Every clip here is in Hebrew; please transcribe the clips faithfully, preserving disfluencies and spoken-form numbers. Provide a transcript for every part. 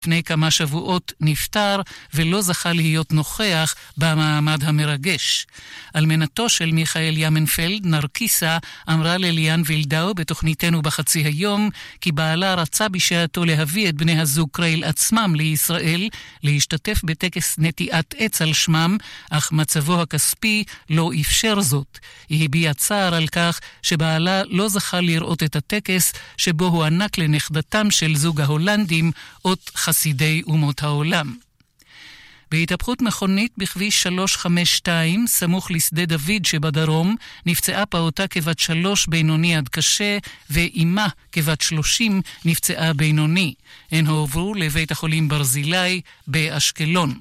לפני כמה שבועות נפטר ולא זכה להיות נוכח במעמד המרגש. אלמנתו של מיכאל ימנפלד, נרקיסה, אמרה לליאן וילדאו בתוכניתנו בחצי היום כי בעלה רצה בשעתו להביא את בני הזוג קרייל עצמם לישראל להשתתף בטקס נטיעת עץ על שמם, אך מצבו הכספי לא אפשר זאת. היא הביעה צער על כך שבעלה לא זכה לראות את הטקס שבו הוא ענק לנכדתם של זוג ההולנדים אות חסידי אומות העולם. בהתהפכות מכונית בכביש שלוש חמש שתיים, סמוך לשדה דוד שבדרום, נפצעה פעוטה כבת שלוש בינוני עד קשה, ואימה כבת שלושים נפצעה בינוני. הן הועברו לבית החולים ברזילי באשקלון.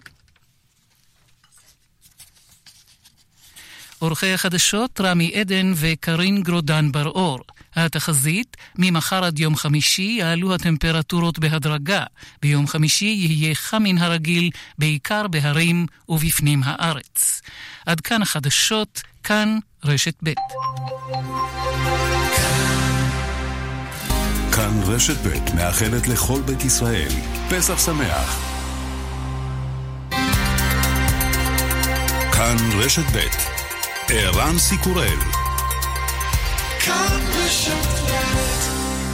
עורכי החדשות רמי עדן וקרין גרודן בר-אור. התחזית, ממחר עד יום חמישי יעלו הטמפרטורות בהדרגה. ביום חמישי יהיה חם מן הרגיל, בעיקר בהרים ובפנים הארץ. עד כאן החדשות, כאן רשת ב'. כאן רשת ב' מאחלת לכל בית ישראל פסח שמח. כאן רשת ב' ערן סיקורל. כאן רשת ב'.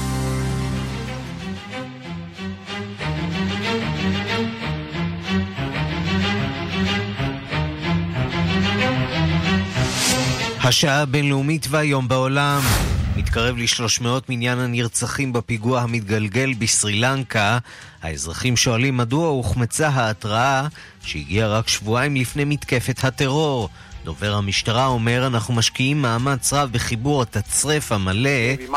השעה הבינלאומית והיום בעולם. מתקרב ל-שלוש מאות מניין הנרצחים בפיגוע המתגלגל בסרילנקה. האזרחים שואלים מדוע הוחמצה ההתראה שהגיעה רק שבועיים לפני מתקפת הטרור. דובר המשטרה אומר, אנחנו משקיעים מאמץ רב בחיבור התצרף המלא.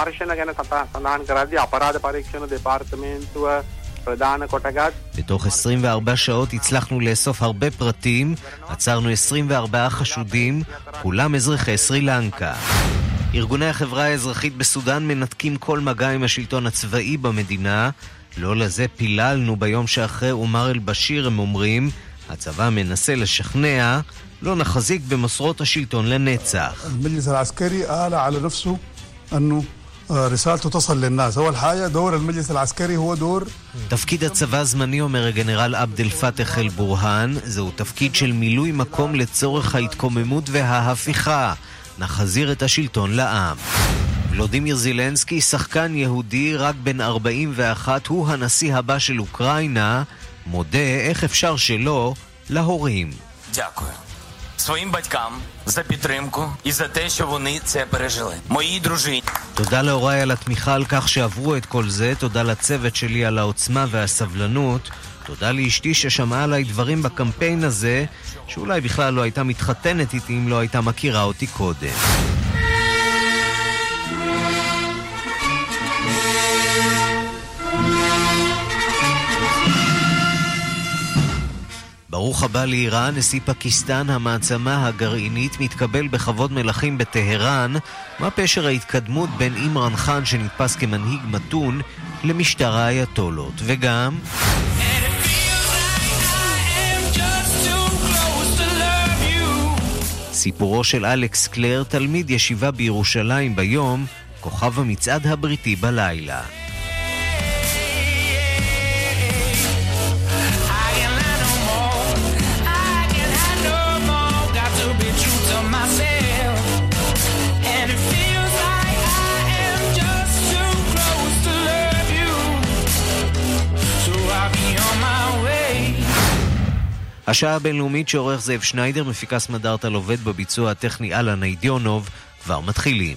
בתוך עשרים וארבע שעות הצלחנו לאסוף הרבה פרטים, עצרנו עשרים וארבעה חשודים, כולם אזרחי סרילנקה. ארגוני החברה האזרחית בסודן מנתקים כל מגע עם השלטון הצבאי במדינה. לא לזה פיללנו ביום שאחרי עומר אל-בשיר, הם אומרים. הצבא מנסה לשכנע, לא נחזיק במסורות השלטון לנצח. المجلس العسكري آل على نفسه أنه رسالته تصل للناس. أول حاجة دور المجلس العسكري هو دور. תפקיד הצבא הזמני, אומר הגנרל עבד אל-פתח אל-בורהאן, זהו תפקיד של מילוי מקום לצורך ההתקוממות וההפיכה. נחזיר את השלטון לעם. ולודימיר זילנסקי, שחקן יהודי רק בן ארבעים ואחת, הוא הנשיא הבא של אוקראינה, מודה איך אפשר שלא להורים. Дякую своїм батькам за підтримку і за те, що вони це пережили. Моїй дружині. תודה להוריי על התמיכה, על כך שעברו את כל זה. תודה לצוות שלי על העוצמה והסבלנות. תודה לאשתי ששמעה עליי דברים בקמפיין הזה, שאולי בכלל לא הייתה מתחתנת איתי אם לא הייתה מכירה אותי קודם. ברוך הבא לאיראן. נשיא פקיסטן, המעצמה הגרעינית, מתקבל בכבוד מלכים בטהרן. מה פשר ההתקדמות בין אימרן חאן, שנתפס כמנהיג מתון, למשטר האייתולות? וגם סיפורו של אלכס קלר, תלמיד ישיבה בירושלים ביום, כוכב המצעד הבריטי בלילה. השעה הבינלאומית שעורך זאב שניידר, מפיקס מדארטה לובד בביצוע הטכני אלן ניידיונוב, כבר מתחילים.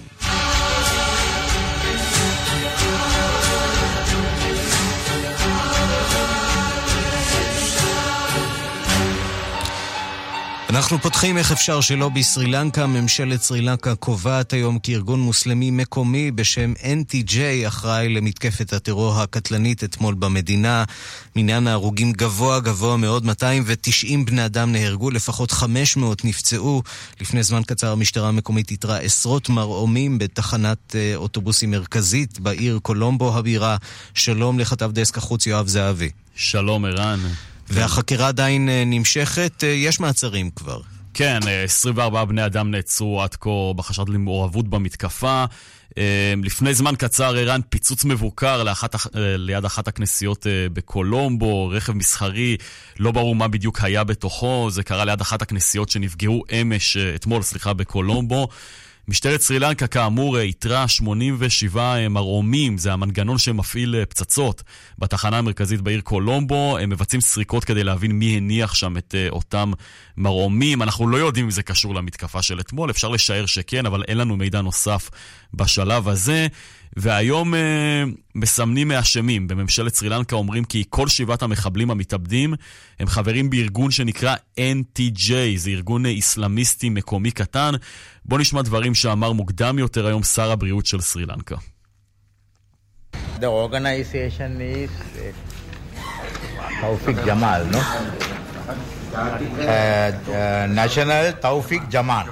אנחנו פותחים איך אפשר שלא בסרילנקה. ממשלת סרילנקה קובעת היום כי ארגון מוסלמי מקומי בשם אן טי ג'יי אחראי למתקפת הטרור הקטלנית אתמול במדינה. מניין ההרוגים גבוה גבוה מאוד, מאתיים ותשעים בני אדם נהרגו, לפחות חמש מאות נפצעו. לפני זמן קצר המשטרה המקומית התרה עשרות מרעומים בתחנת אוטובוסים מרכזית בעיר קולומבו הבירה. שלום לכתב דסק החוץ יואב זהבי. שלום ערן. והחקירה עדיין נמשכת, יש מעצרים כבר. כן, עשרים וארבעה בני אדם נעצרו עד כה בחשד למעורבות במתקפה. לפני זמן קצר איראן פיצוץ מבוקר לאחת, ליד אחת הכנסיות בקולומבו, רכב מסחרי, לא ברור מה בדיוק היה בתוכו, זה קרה ליד אחת הכנסיות שנפגעו אמש, אתמול, סליחה, בקולומבו. משטרת סרי לנקה כאמור יתרה שמונים ושבעה מרעומים, זה המנגנון שמפעיל פצצות בתחנה המרכזית בעיר קולומבו, הם מבצעים סריקות כדי להבין מי הניח שם את אותם מרעומים, אנחנו לא יודעים אם זה קשור למתקפה של אתמול, אפשר לשער שכן, אבל אין לנו מידע נוסף בשלב הזה, והיום אה, מסמנים מאשמים בממשלת סרי לנקה, אומרים כי כל שבעת המחבלים המתאבדים הם חברים בארגון שנקרא אן טי ג'יי, זה ארגון איסלאמיסטי מקומי קטן. בוא נשמע דברים שאמר מוקדם יותר היום שר הבריאות של סרי לנקה. The organization is uh, Tawfiq Jamal, no? Uh, uh, National Tawfiq Jamal.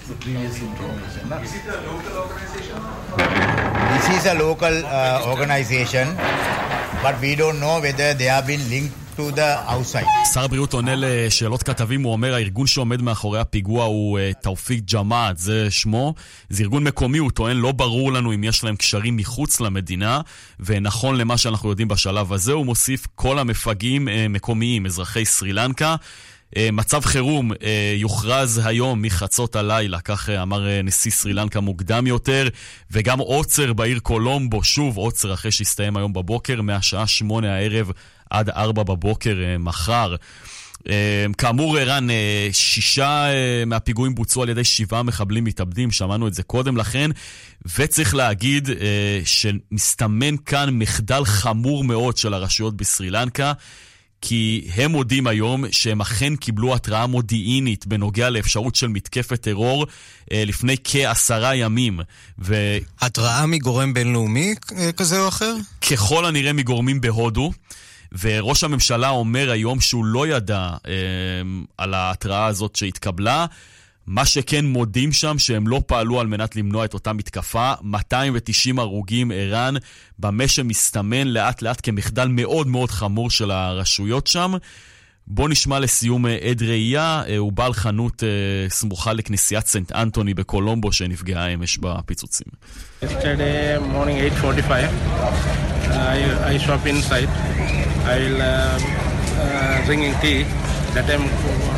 This is a local uh, organization, but we don't know whether they have been linked to the outside. שר הבריאות עונה לשאלות כתבים, הוא אומר, הארגון שעומד מאחורי הפיגוע הוא uh, תאופיק ג'מאט, זה שמו, זה ארגון מקומי, הוא טוען, לא ברור לנו אם יש להם קשרים מחוץ למדינה, ונכון למה שאנחנו יודעים בשלב הזה, הוא מוסיף כל המפגעים uh, מקומיים, אזרחי סרי לנקה, מצב חירום יוכרז היום מחצות הלילה, כך אמר נשיא סרי לנקה מוקדם יותר, וגם עוצר בעיר קולומבו, שוב עוצר אחרי שהסתיים היום בבוקר, מהשעה שמונה הערב עד ארבע בבוקר מחר. כאמור איראן, שישה מהפיגועים בוצעו על ידי שבעה מחבלים מתאבדים, שמענו את זה קודם לכן, וצריך להגיד שמסתמן כאן מחדל חמור מאוד של הרשויות בסרי לנקה, כי הם מודים היום שהם אכן קיבלו התראה מודיעינית בנוגע לאפשרות של מתקפת טרור אה, לפני כעשרה ימים. ו... התראה מגורם בינלאומי כזה או אחר? ככל הנראה מגורמים בהודו, וראש הממשלה אומר היום שהוא לא ידע אה, על ההתראה הזאת שהתקבלה, מה שכן מודים שם שהם לא פעלו על מנת למנוע את אותה מתקפה, מאתיים ותשעים הרוגים איראן, במה שמסתמן לאט לאט כמחדל מאוד מאוד חמור של הרשויות שם. בוא נשמע לסיום עד ראייה, הוא בעל חנות סמוכה לכנסיית סנט אנטוני בקולומבו שנפגעה אמש בפיצוצים. Yesterday morning eight forty-five, I, I shop inside. I'll uh, uh, drinking tea. That time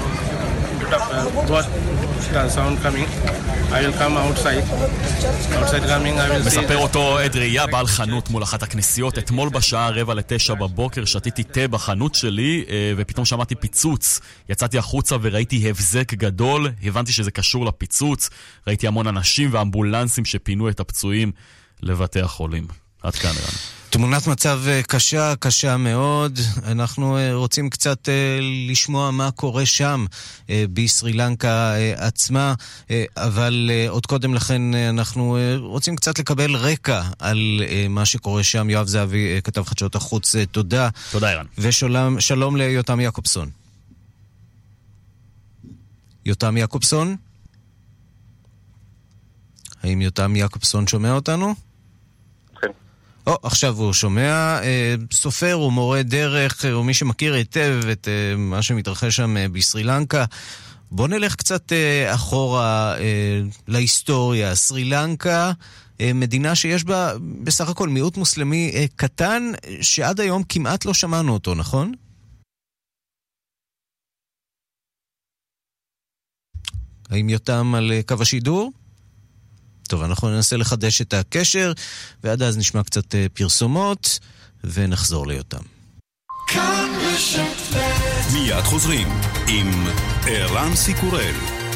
what the sound coming, I will come outside. Outside coming, I will see. מספר אותו עד ראייה, בעל חנות מול אחת הכנסיות. אתמול בשעה רבע לתשע בבוקר שתיתי תה בחנות שלי, ופתאום שמעתי פיצוץ. יצאתי החוצה וראיתי הבזק גדול, הבנתי שזה קשור לפיצוץ. ראיתי המון אנשים ואמבולנסים שפינו את הפצועים לבתי החולים. עד כאן איראן. תמונת מצב קשה, קשה מאוד. אנחנו רוצים קצת לשמוע מה קורה שם בסרי לנקה עצמה, אבל עוד קודם לכן אנחנו רוצים קצת לקבל רקע על מה שקורה שם. יואב זהבי, כתב חדשות החוץ, תודה. תודה אירן. ושלום שלום ליותם יעקובסון. יותם יעקובסון? האם יותם יעקובסון שומע אותנו? או, עכשיו הוא שומע, סופר ומורה דרך, ומי שמכיר היטב את מה שמתרחש שם בסרי לנקה. בוא נלך קצת אחורה להיסטוריה. סרי לנקה, מדינה שיש בה בסך הכל מיעוט מוסלמי קטן, שעד היום כמעט לא שמענו אותו, נכון? האם יותם על קו השידור? טוב, אנחנו ננסה לחדש את הקשר, ועד אז נשמע קצת פרסומות, ונחזור ליותם. מיד חוזרים עם ערן סיקורל.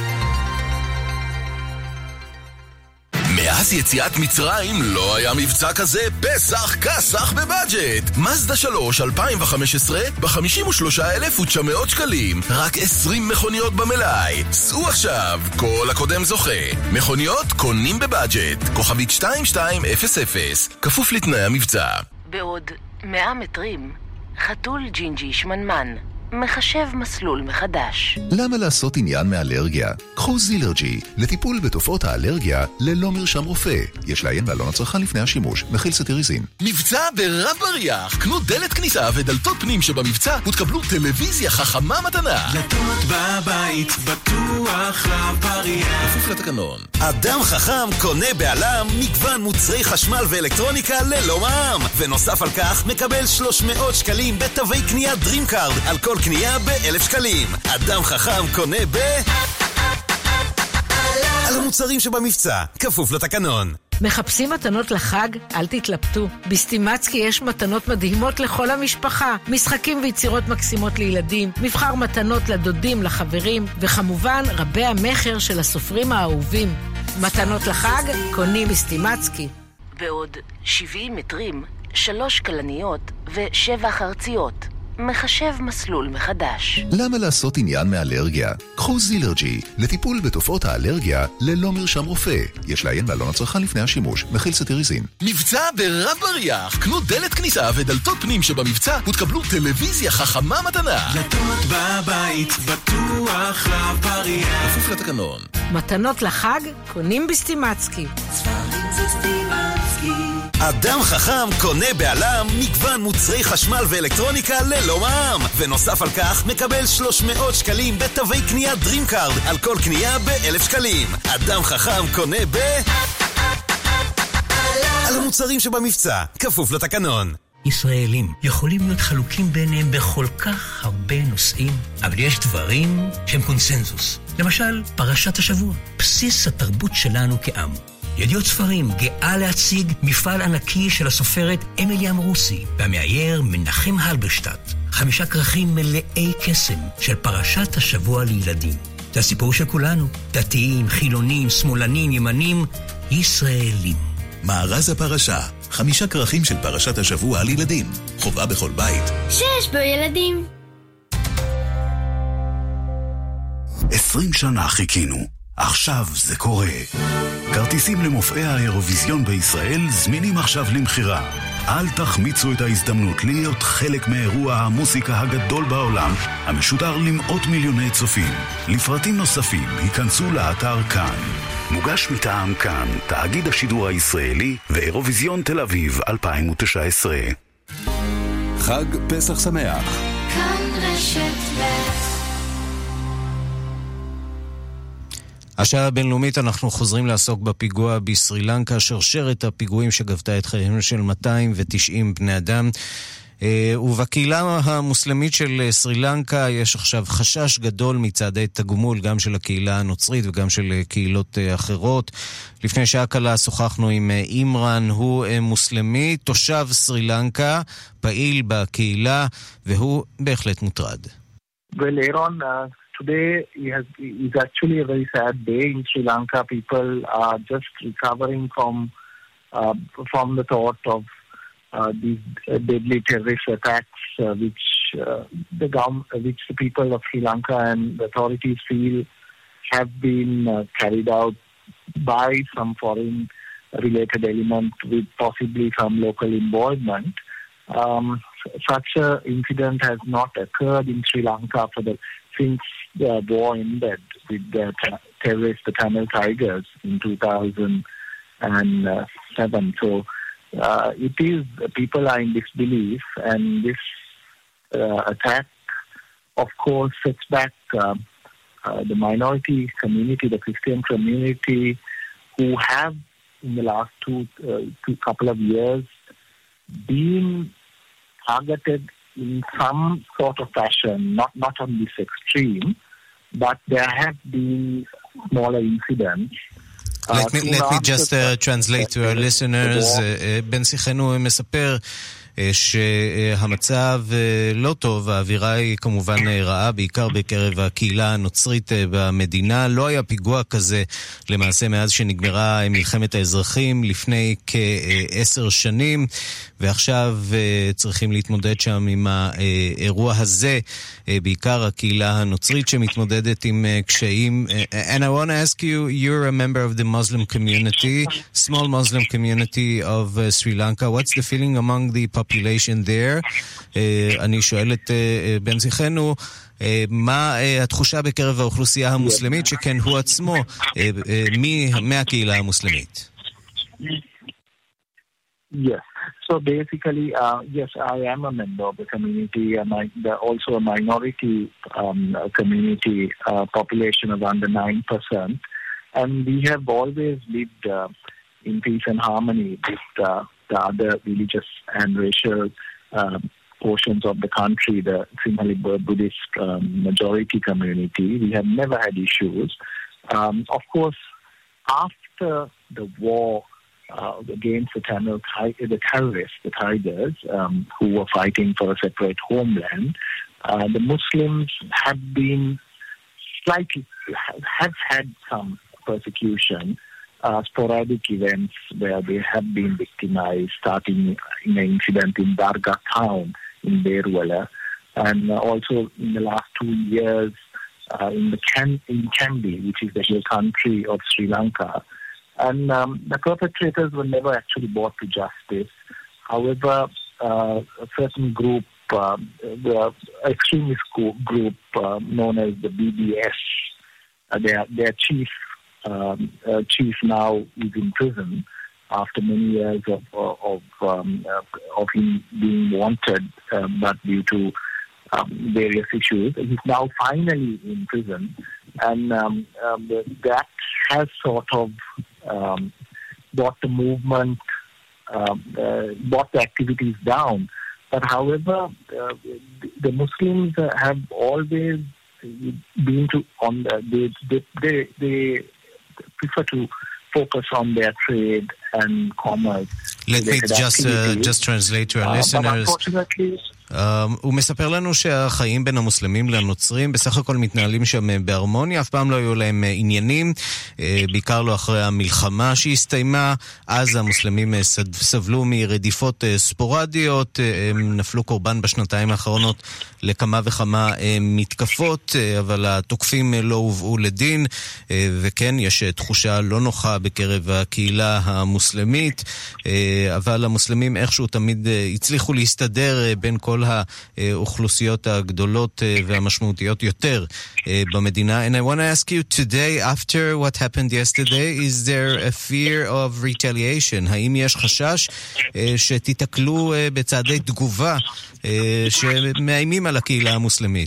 מאז יציאת מצרים לא היה מבצע כזה פסח כסח בבאג'ט. מזדה שלוש אלפיים וחמש עשרה ב-חמישים ושלושה אלף ותשע מאות שקלים. רק עשרים מכוניות במלאי. סעו עכשיו, כל הקודם זוכה. מכוניות קונים בבאג'ט. כוכבית שתיים שתיים אפס אפס. כפוף לתנאי המבצע. בעוד מאה מטרים, חתול ג'ינג'י שמנמן. מחשב מסלול מחדש. למה לעשות עניין מאלרגיה? קחו זילרג'י, לטיפול בתופעות האלרגיה ללא מרשם רופא. יש לעיין בעלון הצרכן לפני השימוש, מכיל סטיריזין. מבצע ברב בריח, קנו דלת כניסה ודלתות פנים שבמבצע ותקבלו טלוויזיה חכמה מתנה. דלתות בבית, בטוח רב בריח. כפוף לתקנון. אדם חכם קונה בעלם מגוון מוצרי חשמל ואלקטרוניקה ללא מע"מ. ונוסף על כך מקבל שלוש מאות שקלים בתווי קנייה דרימקארד על כל קנייה באלף שקלים. אדם חכם קונה ב... על המוצרים שבמבצע, כפוף לתקנון. מחפשים מתנות לחג? אל תתלבטו. בסטימצקי יש מתנות מדהימות לכל המשפחה. משחקים ויצירות מקסימות לילדים, מבחר מתנות לדודים, לחברים, וכמובן רבי המחר של הסופרים האהובים. מתנות לחג קונים בסטימצקי. בעוד שבעים מטרים, שלוש קלניות ושבע חרציות. מחשב מסלול מחדש. למה לעשות עניין מאלרגיה? קחו זילרג'י, לטיפול בתופעות האלרגיה ללא מרשם רופא. יש לעיין בעלון הצרכן לפני השימוש, מכיל סטיריזין. מבצע ברב בריח, קנו דלת כניסה ודלתות פנים שבמבצע ותקבלו טלוויזיה חכמה מתנה. דלתות בבית, בטוח רב בריח. כפוף לתקנון. מתנות לחג קונים בסטימצקי. ספרים זה סטימצקי. אדם חכם קונה בעלם מגוון מוצרי חשמל ואלקטרוניקה ללא מע"מ. ונוסף על כך מקבל שלוש מאות שקלים בתווי קנייה דרימקארד על כל קנייה באלף שקלים. אדם חכם קונה ב... על המוצרים שבמבצע, כפוף לתקנון. ישראלים יכולים להיות חלוקים ביניהם בכל כך הרבה נושאים, אבל יש דברים שהם קונסנזוס. למשל, פרשת השבוע, בסיס התרבות שלנו כעם. ידיעות ספרים גאה להציג מפעל ענקי של הסופרת אמילי אמרוסי והמאייר מנחם הלברשטט. חמישה כרכים מלאי קסם של פרשת השבוע לילדים. זה הסיפור של כולנו, דתיים, חילונים, שמאלנים, ימנים, ישראלים. מארז הפרשה, חמישה כרכים של פרשת השבוע לילדים. חובה בכל בית. שיש בו ילדים. עשרים שנה חיכינו. עכשיו זה קורה. כרטיסים למופעי האירוויזיון בישראל זמינים עכשיו למחירה. אל תחמיצו את ההזדמנות להיות חלק מאירוע המוסיקה הגדול בעולם, המשודר למאות מיליוני צופים. לפרטים נוספים היכנסו לאתר כאן. מוגש מטעם כאן, תאגיד השידור הישראלי ואירוויזיון תל אביב אלפיים תשע עשרה. חג פסח שמח. כאן רשת ב'. השעה הבינלאומית אנחנו חוזרים לעסוק בפיגוע בסרילנקה, שרשרת הפיגועים שגבתה את חייהם של מאתיים ותשעים בני אדם. ובקהילה המוסלמית של סרילנקה יש עכשיו חשש גדול מצעדי תגמול, גם של הקהילה הנוצרית וגם של קהילות אחרות. לפני שעה קלה שוחחנו עם אימרן, הוא מוסלמי, תושב סרילנקה, פעיל בקהילה, והוא בהחלט מוטרד. ולאירון, today is, is actually a very sad day in Sri Lanka. People are just recovering from uh, from the thought of uh, these deadly terrorist attacks, uh, which uh, the government, which the people of Sri Lanka and the authorities feel have been uh, carried out by some foreign-related element with possibly some local involvement. Um, such an incident has not occurred in Sri Lanka for the since the war ended with the t- terrorists, the Tamil Tigers, in two thousand seven. So uh, it is, people are in disbelief, and this uh, attack, of course, sets back uh, uh, the minority community, the Christian community, who have, in the last two, uh, two couple of years, been targeted in some sort of fashion, not, not on this extreme, but there have been smaller incidents. Let me, let me just uh, translate to our listeners. בן שיחנו מספר שהמצב לא טוב, האווירה היא כמובן רעה, בעיקר בקרב הקהילה הנוצרית במדינה. לא היה פיגוע כזה למעשה מאז שנגמרה מלחמת האזרחים לפני כעשר שנים, ועכשיו צריכים להתמודד שם עם האירוע הזה, בעיקר הקהילה הנוצרית שמתמודדת עם קשיים. And I want to ask you, you're a member of the Muslim community, small Muslim community of uh, Sri Lanka. What's the feeling among the population there. אני שואל את בן זיכנו, מה התחושה בקרב האוכלוסייה המוסלמית, שכן הוא עצמו מי מהקהילה המוסלמית? Yes. So basically, uh, yes, I am a member of the community, and I, also a minority um, community uh, population of under nine percent. And we have always lived uh, in peace and harmony with uh, the other religious and racial uh, portions of the country, the Sinhalese Buddhist um, majority community. We have never had issues. Um, of course, after the war uh, against the Tamil, the terrorists, the Tigers, um, who were fighting for a separate homeland, uh, the Muslims have been slightly, have had some persecution, uh, sporadic events where they have been victimized, starting in an incident in Dargah town in Berwala, and also in the last two years uh, in the Can- in Kandy, which is the hill country of Sri Lanka. And um, the perpetrators were never actually brought to justice. However, uh, a certain group, uh, the extremist group uh, known as the B D S, uh, their their chief um, uh, chief now is in prison after many years of of um, of him being wanted, uh, but due to um, various issues, he's now finally in prison, and um, um, that has sort of um, brought the movement, uh, uh, brought the activities down. But however, uh, the Muslims have always been to on the, they, they they they prefer to focus on their trade and commerce. Let me just uh, just translate to our uh, listeners. But unfortunately, Uh, הוא מספר לנו שהחיים בין המוסלמים לנוצרים בסך הכל מתנהלים שם בהרמוניה, אף פעם לא היו להם עניינים, uh, בעיקר לא אחרי המלחמה שהסתיימה. אז המוסלמים uh, סבלו מרדיפות uh, ספורדיות, uh, הם נפלו קורבן בשנתיים האחרונות לכמה וכמה uh, מתקפות, uh, אבל התוקפים uh, לא הובאו לדין, uh, וכן, יש uh, תחושה לא נוחה בקרב הקהילה המוסלמית, uh, אבל המוסלמים איכשהו תמיד uh, הצליחו להסתדר uh, בין כל האוכלוסיות הגדולות והמשמעותיות יותר במדינה. And I want to ask you today, after what happened yesterday, is there a fear of retaliation? האם יש חשש שתתקלו בצעדי תגובה שמאיימים על הקהילה המוסלמית?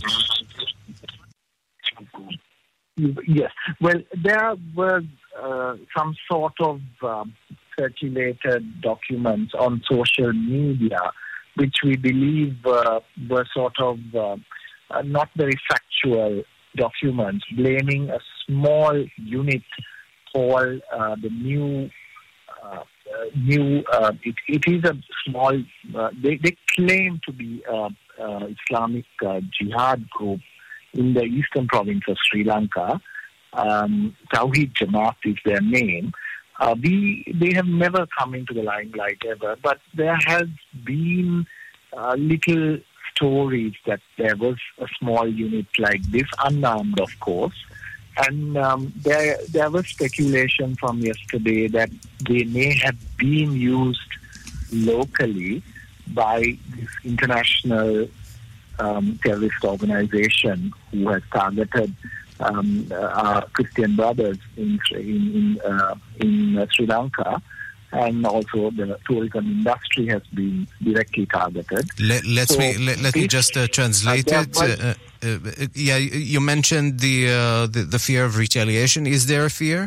Yes. Well, there were uh, some sort of uh, circulated documents on social media which we believe uh, were sort of uh, uh, not very factual documents, blaming a small unit called uh, the new, uh, uh, new. Uh, it, it is a small. Uh, they, they claim to be a, a Islamic uh, Jihad group in the eastern province of Sri Lanka. Um, Tawhid Jamaat is their name. Uh, we they have never come into the limelight ever, but there has been uh, little stories that there was a small unit like this, unarmed, of course, and um, there there was speculation from yesterday that they may have been used locally by this international um, terrorist organization who has targeted Um, uh, our Christian brothers in in in, uh, in uh, Sri Lanka, and also the tourism industry has been directly targeted. Let, let's so me let, let me just uh, translate uh, it. Uh, uh, yeah, you mentioned the, uh, the the fear of retaliation. Is there a fear?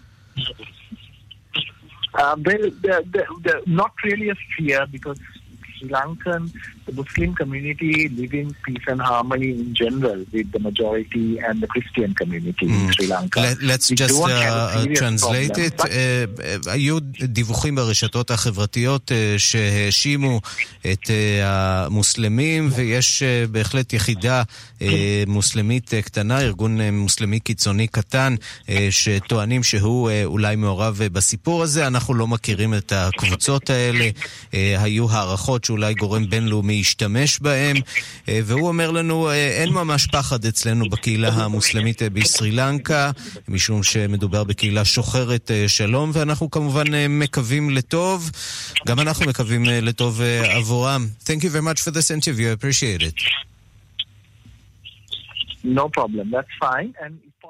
Uh, well, the, the, the, not really a fear, because Sri Lankan, the Muslim community live in peace and harmony in general with the majority and the Christian community mm. in Sri Lanka. Let, let's we just uh, translate problem, it. But... Uh, היו דיווחים ברשתות החברתיות uh, שהאשימו את uh, המוסלמים, ויש uh, בהחלט יחידה uh, מוסלמית uh, קטנה, ארגון uh, מוסלמי קיצוני קטן, uh, שטוענים שהוא uh, אולי מעורב uh, בסיפור הזה. אנחנו לא מכירים את הקבוצות האלה. uh, היו הערכות חשדות שאולי גורם בינלאומי ישתמש בהם, והוא אומר לנו, אין ממש פחד אצלנו בקהילה המוסלמית בסרי לנקה, משום שמדובר בקהילה שוחרת שלום, ואנחנו כמובן מקווים לטוב, גם אנחנו מקווים לטוב עבורם. Thank you very much for this interview, I appreciate it. No problem, that's fine. And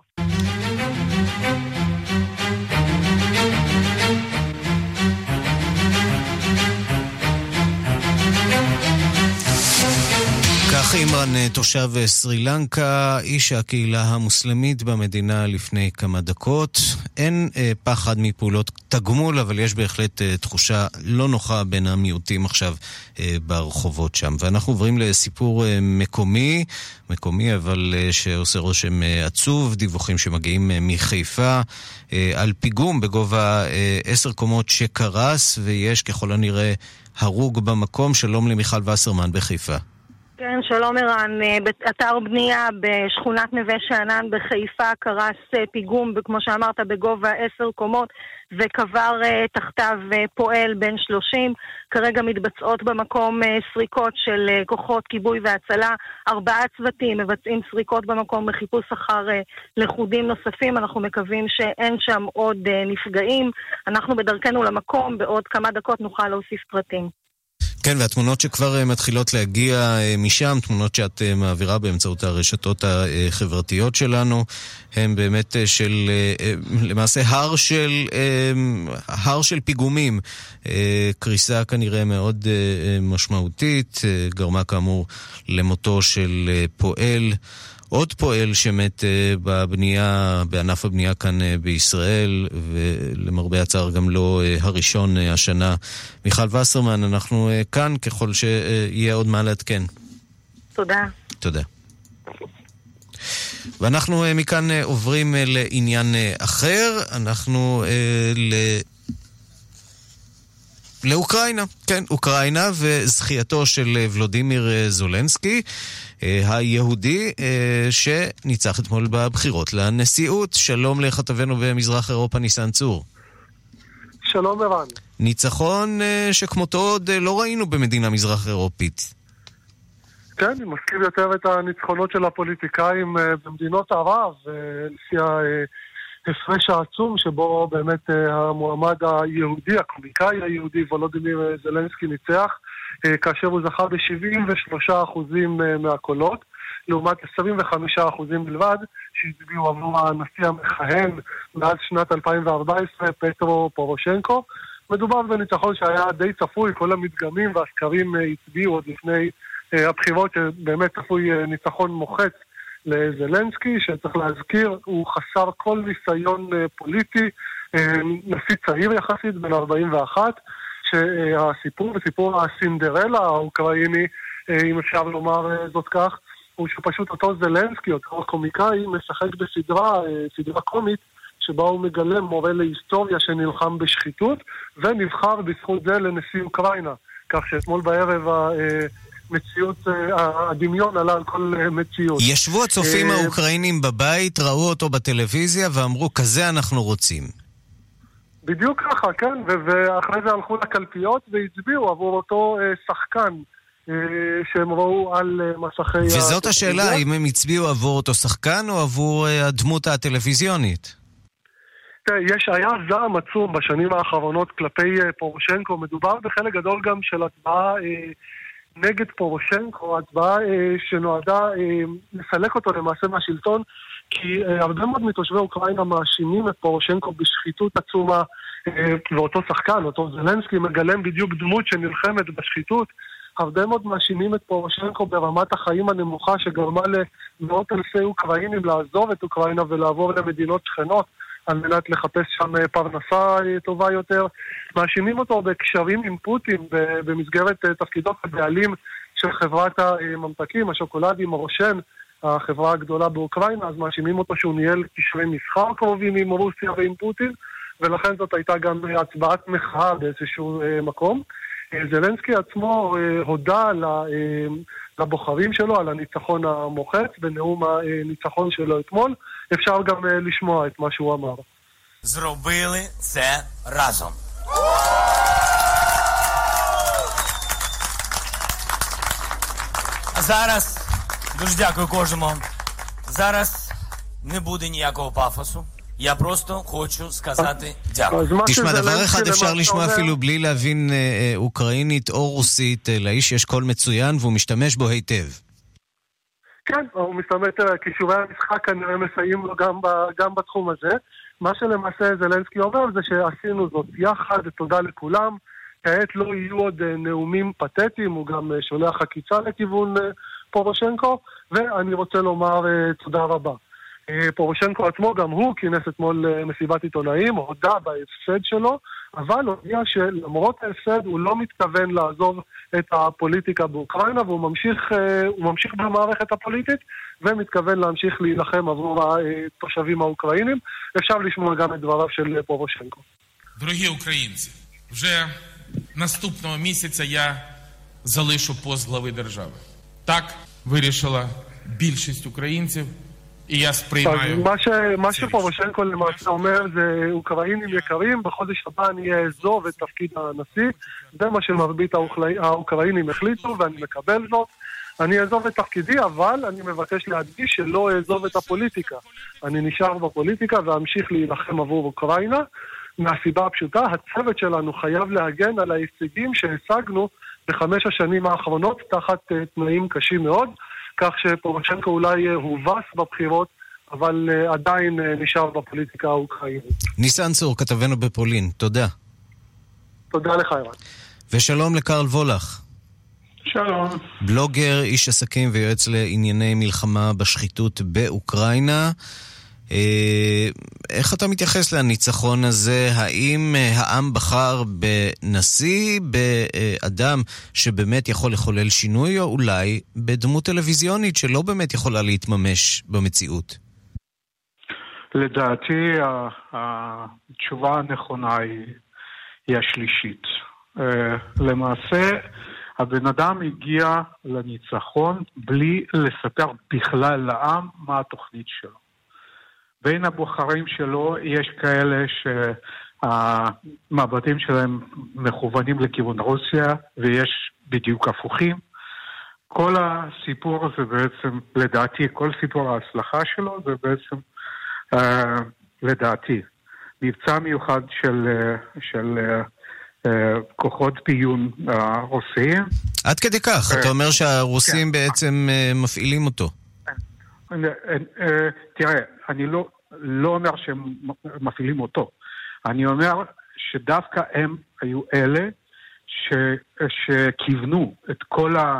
כך אימרן, תושב סרי לנקה, איש הקהילה המוסלמית במדינה לפני כמה דקות. אין אה, פחד מפעולות תגמול, אבל יש בהחלט אה, תחושה לא נוחה בין המיעוטים עכשיו אה, ברחובות שם. ואנחנו עוברים לסיפור אה, מקומי, מקומי אבל אה, שעושה רושם אה, עצוב, דיווחים שמגיעים אה, מחיפה, אה, על פיגום בגובה אה, עשר קומות שקרס, ויש ככל הנראה הרוג במקום. שלום למיכל וסרמן בחיפה. כן, שלום ערן. באתר בנייה בשכונת נווה שאנן בחיפה קרס פיגום, כמו שאמרת, בגובה עשר קומות, וקבר תחתיו פועל בן שלושים. כרגע מתבצעות במקום סריקות של כוחות כיבוי והצלה. ארבעה צוותים מבצעים סריקות במקום בחיפוש אחר לחודים נוספים. אנחנו מקווים שאין שם עוד נפגעים. אנחנו בדרכנו למקום, בעוד כמה דקות נוכל להוסיף פרטים. כן, והתמונות שכבר מתחילות להגיע משם, תמונות שאת מעבירה באמצעות הרשתות החברתיות שלנו, הם באמת של, למעשה הר של, הר של פיגומים. קריסה כנראה מאוד משמעותית, גרמה כאמור למותו של פועל. עוד פועל שמת בבנייה, בענף הבנייה כאן בישראל, ולמרבה הצער גם לא הראשון השנה. מיכל וסרמן, אנחנו כאן ככל שיהיה עוד מה לעדכן. תודה. תודה. ואנחנו מכאן עוברים לעניין אחר, אנחנו ל... לאוקראינה, כן, אוקראינה וזכייתו של ולודימיר זולנסקי, היהודי שניצח אתמול בבחירות לנשיאות. שלום לכתבנו במזרח אירופה ניסן צור. שלום ערן. ניצחון שכמותו עוד לא ראינו במדינה מזרח אירופית. כן, אני מזכיר יותר את הניצחונות של הפוליטיקאים במדינות ערב, לפי ההפרש העצום שבו באמת המועמד היהודי, הקומיקאי היהודי וולודימיר זלנסקי ניצח, כאשר הוא זכה ב-שבעים ושלושה אחוזים מהקולות, לעומת עשרים וחמישה אחוזים בלבד שהצביעו עבור הנשיא המכהן מאז שנת אלפיים וארבע עשרה, פטרו פורושנקו. מדובר בניצחון שהיה די צפוי, כל המדגמים והסקרים הצביעו עוד לפני הבחירות שבאמת צפוי ניצחון מוחץ לזלנסקי, שצריך להזכיר, הוא חסר כל ניסיון פוליטי, נשיא צעיר יחסית, בן ארבעים ואחת, שהסיפור וסיפור הסינדרלה האוקראיני, אם אפשר לומר זאת כך, הוא שפשוט אותו זלנסקי, אותו קומיקאי, משחק בסדרה, סדרה קומית, שבה הוא מגלם מורה להיסטוריה שנלחם בשחיתות, ונבחר בזכות זה לנשיא אוקראינה. כך שאתמול בערב המציאות, הדמיון עלה על כל מציאות. ישבו הצופים האוקראינים בבית, ראו אותו בטלוויזיה ואמרו, כזה אנחנו רוצים. בדיוק ככה, כן, ואחרי זה הלכו לקלפיות והצביעו עבור אותו שחקן שהם ראו על מסכי... וזאת השאלה, האם הם הצביעו עבור אותו שחקן או עבור הדמות הטלוויזיונית? יש, היה זעם עצום בשנים האחרונות כלפי פורושנקו. מדובר בחלק גדול גם של הצבעה נגד פורושנקו, הצבעה שנועדה לסלק אותו למעשה מהשלטון, כי הרבה מאוד מתושבי אוקראינה מאשימים את פורושנקו בשחיתות עצומה, ואותו שחקן, אותו זלנסקי, מגלם בדיוק דמות שנלחמת בשחיתות. הרבה מאוד מאשימים את פורושנקו ברמת החיים הנמוכה שגרמה למאות אלפי אוקראינים לעזוב את אוקראינה ולעבור למדינות שכנות על מנת לחפש שם פרנסה טובה יותר. מאשימים אותו בקשרים עם פוטין במסגרת תפקידו כבעלים של חברת הממתקים, השוקולדים, הרושן, החברה הגדולה באוקראינה, אז מאשימים אותו שהוא ניהל קשרי מסחר קרובים עם רוסיה ועם פוטין, ולכן זאת הייתה גם הצבעת מחאה באיזשהו מקום. זלנסקי עצמו הודע לבוחרים שלו על הניצחון המוחץ בנאום הניצחון שלו אתמול. אפשר גם לשמוע את מה שהוא אמר. Зробили це разом. зараз дуже дякую кожному. Зараз не буде ніякого пафосу. Я просто хочу сказати דקה. תשמע, דבר אחד אפשר לשמוע אפילו בלי להבין אוקראינית או רוסית, לאיש יש קול מצוין והוא משתמש בו היטב. כן, הוא משתמש, כישורי המשחק כנראה מסייעים לו גם, גם בתחום הזה. מה שלמעשה זלנסקי אומר זה שעשינו זאת יחד, תודה לכולם. כעת לא יהיו עוד נאומים פתטיים, הוא גם שולח חקיצה לכיוון פורושנקו, ואני רוצה לומר תודה רבה. פורושנקו עצמו, גם הוא כינס אתמול מסיבת עיתונאים, הודע בהפסד שלו, אבל הודיע שלמרות ההפסד הוא לא מתכוון לעזוב את הפוליטיקה באוקראינה, והוא ממשיך, הוא ממשיך במערכת הפוליטית, ומתכוון להמשיך להילחם עבור התושבים האוקראינים. אפשר לשמוע גם את דבריו של פורושנקו. Дорогі українці, вже наступного місяця я залишу пост глави держави. Так вирішила більшість українців. מה שפורושנקו למעשה אומר זה אוקראינים יקרים, בחודש הבא אני אעזוב את תפקיד הנשיא, זה מה שמרבית האוקראינים החליטו ואני מקבל זאת. אני אעזוב את תפקידי, אבל אני מבקש להדגיש שלא אעזוב את הפוליטיקה. אני נשאר בפוליטיקה ואמשיך להילחם עבור אוקראינה, מהסיבה הפשוטה, הצוות שלנו חייב להגן על ההישגים שהשגנו בחמש השנים האחרונות תחת תנאים קשים מאוד, כך שפורושנקו אולי הובס בבחירות, אבל עדיין נשאר בפוליטיקה האוקראינית. ניסן צור, כתבנו בפולין, תודה. תודה לך, אירן. ושלום לקרל וולך. שלום. בלוגר, איש עסקים ויועץ לענייני מלחמה בשחיתות באוקראינה. איך אתה מתייחס לניצחון הזה? האם העם בחר בנשיא, באדם שבאמת יכול לחולל שינוי, או אולי בדמות טלוויזיונית שלא באמת יכולה להתממש במציאות? לדעתי התשובה הנכונה היא השלישית. למעשה הבן אדם הגיע לניצחון בלי לספר בכלל לעם מה התוכנית שלו. בין הבוחרים שלו יש כאלה שהמבטים שלהם מכוונים לכיוון רוסיה, ויש בדיוק הפוכים. כל הסיפור הזה בעצם, לדעתי, כל סיפור ההצלחה שלו זה בעצם, אה, לדעתי, מבצע מיוחד של, של אה, כוחות פיון אה, רוסיים. עד כדי כך, אה, אתה אומר שהרוסים כן. בעצם אה, מפעילים אותו. אה, אה, תראה, אני לא, לא אומר שהם מפעילים אותו. אני אומר שדווקא הם היו אלה ש, שכיוונו את כל, ה,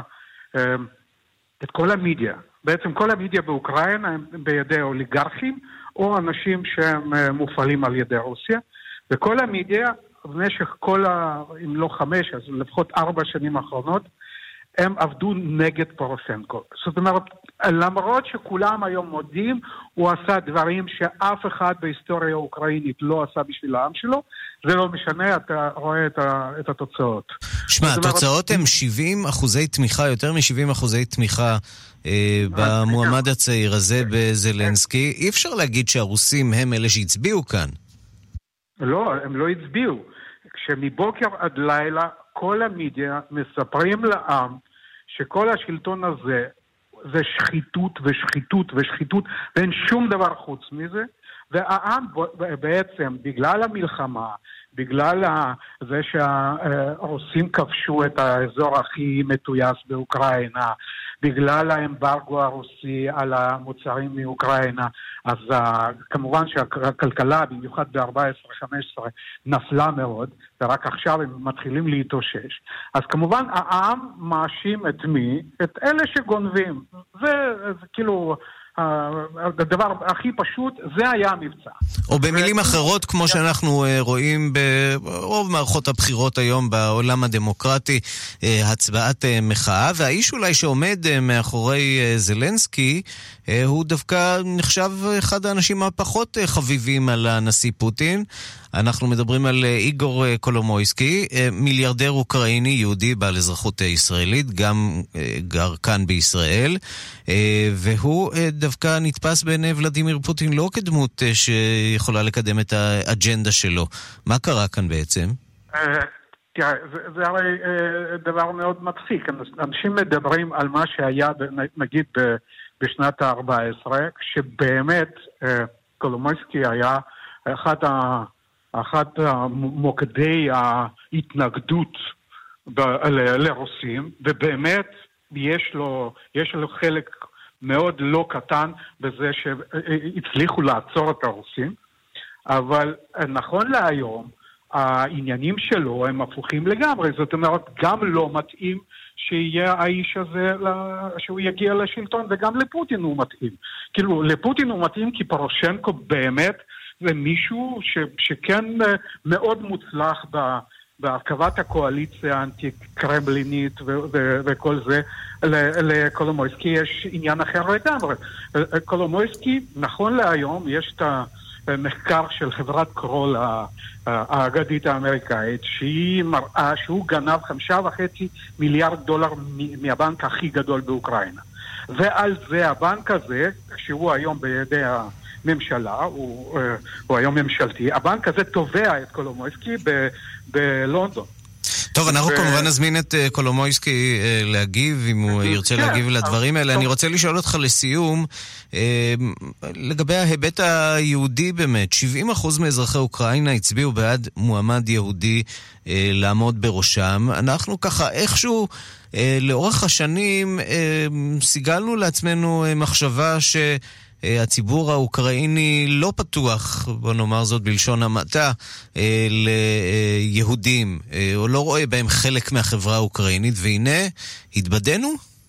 את כל המדיה. בעצם כל המדיה באוקראינה הם בידי אוליגרכים או אנשים שהם מופעלים על ידי רוסיה. וכל המדיה במשך כל, ה, אם לא חמש, אז לפחות ארבע שנים האחרונות, הם עבדו נגד פורושנקו. זאת אומרת, למרות שכולם היום מודים, הוא עשה דברים שאף אחד בהיסטוריה האוקראינית לא עשה בשביל העם שלו, זה לא משנה, אתה רואה את, ה, את התוצאות. שמע, התוצאות הן שבעים אחוזי תמיכה, יותר מ-שבעים אחוזי תמיכה אה, במועמד הצעיר הזה בזלנסקי. אי אפשר להגיד שהרוסים הם אלה שהצביעו כאן. לא, הם לא הצביעו. כשמבוקר עד לילה, כל המדיה מספרים לעם שכל השלטון הזה זה שחיתות ושחיתות ושחיתות, ואין שום דבר חוץ מזה, והעם בעצם, בגלל המלחמה, בגלל זה שהרוסים כבשו את האזור הכי מטויס באוקראינה, בגלל האמברגו הרוסי על המוצרים מאוקראינה, אז כמובן שהכלכלה, במיוחד ב-ארבע עשרה חמש עשרה, נפלה מאוד, ורק עכשיו הם מתחילים להתאושש. אז כמובן העם מאשים את מי? את אלה שגונבים. זה, זה כאילו... הדבר הכי פשוט, זה היה המבצע. או במילים אחרות, כמו שאנחנו רואים ברוב מערכות הבחירות היום בעולם הדמוקרטי, הצבעת מחאה, והאיש אולי שעומד מאחורי זלנסקי, הוא דווקא נחשב אחד האנשים הפחות חביבים על הנשיא פוטין. אנחנו מדברים על איגור קולומויסקי, מיליארדר אוקראיני יהודי בעל אזרחות ישראלית, גם גר כאן בישראל, והוא דווקא נתפס בעיני ולדימיר פוטין לא כדמות שיכולה לקדם את האג'נדה שלו. מה קרה כאן בעצם? תראה, זה, זה הרי אה, דבר מאוד מצחיק. אנשים מדברים על מה שהיה, נגיד, ב, בשנת ה-ארבע עשרה, כשבאמת אה, קולומויסקי היה אחד, ה, אחד המוקדי ההתנגדות ב, ל, לרוסים, ובאמת יש לו, יש לו חלק מאוד לא קטן בזה שהצליחו לעצור את הרוסים, אבל נכון להיום, העניינים שלו הם הפוכים לגמרי, זאת אומרת, גם לא מתאים שיהיה האיש הזה, שהוא יגיע לשלטון, וגם לפוטין הוא מתאים. כאילו, לפוטין הוא מתאים כי פורושנקו באמת זה מישהו ש, שכן מאוד מוצלח ב, בהרכבת הקואליציה האנטי-קרמלינית ו, ו, וכל זה. לקולומויסקי יש עניין אחר לגמרי. קולומויסקי, נכון להיום, יש את ה... מחקר של חברת קרול האגדית האמריקאית, שהיא מראה שהוא גנב חמישה וחצי מיליארד דולר מהבנק הכי גדול באוקראינה. ועל זה הבנק הזה, שהוא היום בידי הממשלה, הוא, הוא היום ממשלתי, הבנק הזה תובע את קולומויסקי ב, בלונדון. טוב, אנחנו כמובן נזמין את קולומויסקי להגיב, אם הוא ירצה להגיב לדברים האלה. אני רוצה לשאול אותך לסיום, לגבי ההיבט היהודי באמת, שבעים אחוז מאזרחי אוקראינה הצביעו בעד מועמד יהודי לעמוד בראשם. אנחנו ככה איכשהו לאורך השנים סיגלנו לעצמנו מחשבה ש... הציבור האוקראיני לא פתוח, בוא נאמר זאת בלשון המעטה, ליהודים, או לא רואה בהם חלק מהחברה האוקראינית, והנה, התבדנו?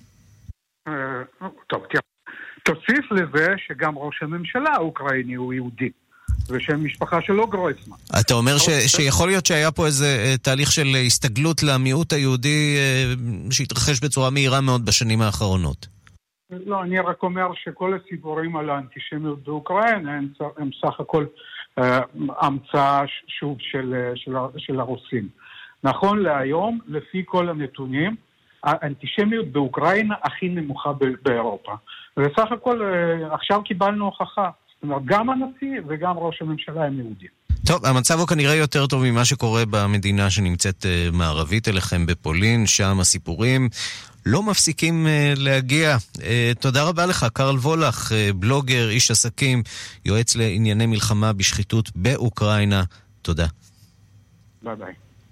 טוב, תוסיף לזה שגם ראש הממשלה האוקראיני הוא יהודי, ושם משפחה שלו גרויסמן. אתה אומר ש, שיכול להיות שהיה פה איזה תהליך של הסתגלות למיעוט היהודי שהתרחש בצורה מהירה מאוד בשנים האחרונות. לא, אני רק אומר שכל הסיפורים על האנטישמיות באוקראינה הם, הם סך הכל אה, המצאה שוב של, של, של הרוסים. נכון להיום, לפי כל הנתונים, האנטישמיות באוקראינה הכי נמוכה באירופה. וסך הכל אה, עכשיו קיבלנו הוכחה. זאת אומרת, גם הנשיא וגם ראש הממשלה הם יהודים. טוב, המצב הוא כנראה יותר טוב ממה שקורה במדינה שנמצאת אה, מערבית אליכם בפולין, שם הסיפורים לא מפסיקים uh, להגיע. Uh, תודה רבה לך, קרל וולך, uh, בלוגר, איש עסקים, יועץ לענייני מלחמה בשחיתות באוקראינה. תודה. ביי ביי.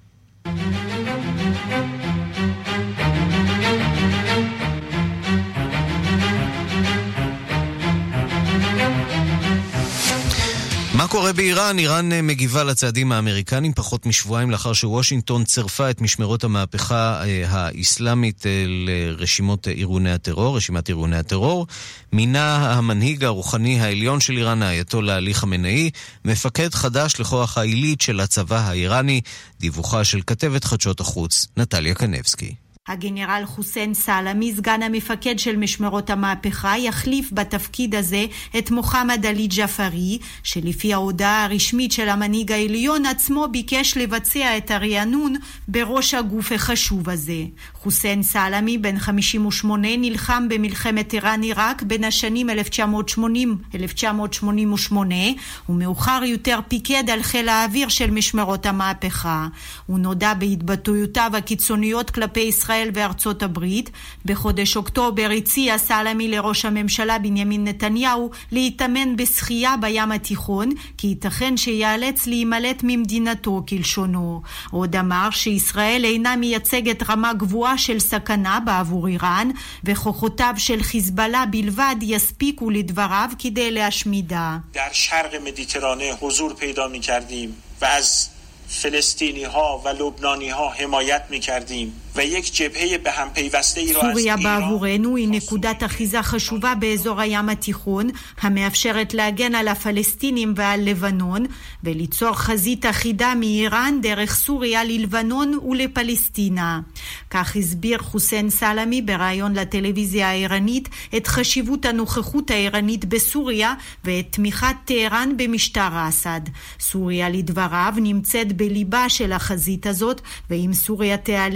מה קורה באיראן? איראן מגיבה לצעדים האמריקנים פחות משבועיים לאחר שוושינגטון צרפה את משמרות המהפכה האסלאמית לרשימות ארגוני הטרור, רשימת ארגוני הטרור. מינה המנהיג הרוחני העליון של איראן, האייתוללה עלי חמינאי, מפקד חדש לכוח העילית של הצבא האיראני. דיווחה של כתבת חדשות החוץ, נטליה קנבסקי. הגנרל חוסיין סלמי, סגן המפקד של משמרות המהפכה, יחליף בתפקיד הזה את מוחמד עלי ג'פרי, שלפי ההודעה הרשמית של המנהיג העליון עצמו ביקש לבצע את הרענון בראש הגוף החשוב הזה. חוסיין סלמי, בן חמישים ושמונה, נלחם במלחמת איראן-עיראק בין השנים אלף תשע מאות שמונים עד אלף תשע מאות שמונים ושמונה, ומאוחר יותר פיקד על חיל האוויר של משמרות המהפכה. הוא נודע בהתבטאויותיו הקיצוניות כלפי ישראל וארצות הברית. בחודש אוקטובר הציע סלמי לראש הממשלה בנימין נתניהו להתאמן בשחייה בים התיכון, כי ייתכן שיאלץ להימלט ממדינתו כלשונו. עוד אמר שישראל אינה מייצגת רמה גבוהה של סכנה בעבור איראן, וכוחותיו של חיזבאללה בלבד יספיקו לדבריו כדי להשמידה. در شرق مدیترانه حضور پیدا می‌کردیم و از فلسطینی ها و لبنانی ها حمایت می‌کردیم و یک جبهه به هم پیوسته ای را از סוריה איראן בעבורנו היא נקודת אחיזה חשובה באזור הים התיכון, המאפשרת להגן על הפלסטינים ועל לבנון, וליצור חזית אחידה מאיראן דרך סוריה ללבנון ולפלסטינה. כך הסביר חוסיין סלמי בראיון לטלוויזיה האיראנית את חשיבות הנוכחות האיראנית בסוריה ואת תמיכת טהרן במשטר אסד. סוריה לדבריו נמצאת בליבה של החזית הזאת, ואם סוריה תיעלם,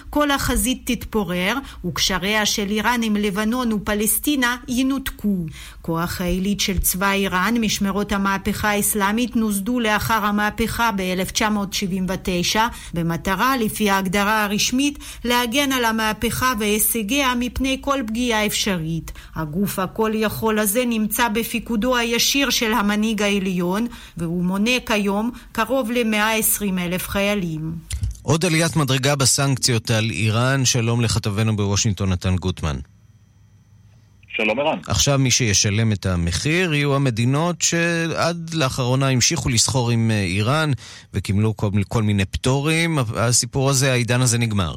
כל החזית תתפורר, וקשריה של איראן עם לבנון ופלסטינה ינותקו. כוח העילית של צבא איראן, משמרות המהפכה האסלאמית, נוסדו לאחר המהפכה ב-אלף תשע מאות שבעים ותשע, במטרה, לפי ההגדרה הרשמית, להגן על המהפכה והישגיה מפני כל פגיעה אפשרית. הגוף הכל יכול הזה נמצא בפיקודו הישיר של המנהיג העליון, והוא מונה כיום קרוב ל-מאה ועשרים אלף חיילים. עוד עליית מדרגה בסנקציות על איראן. שלום לכתבנו בוושינגטון נתן גוטמן. שלום ערן. עכשיו מי שישלם את המחיר יהיו המדינות שעד לאחרונה המשיכו לסחור עם איראן וקיבלו כל, כל מיני פטורים. הסיפור הזה, העידן הזה נגמר.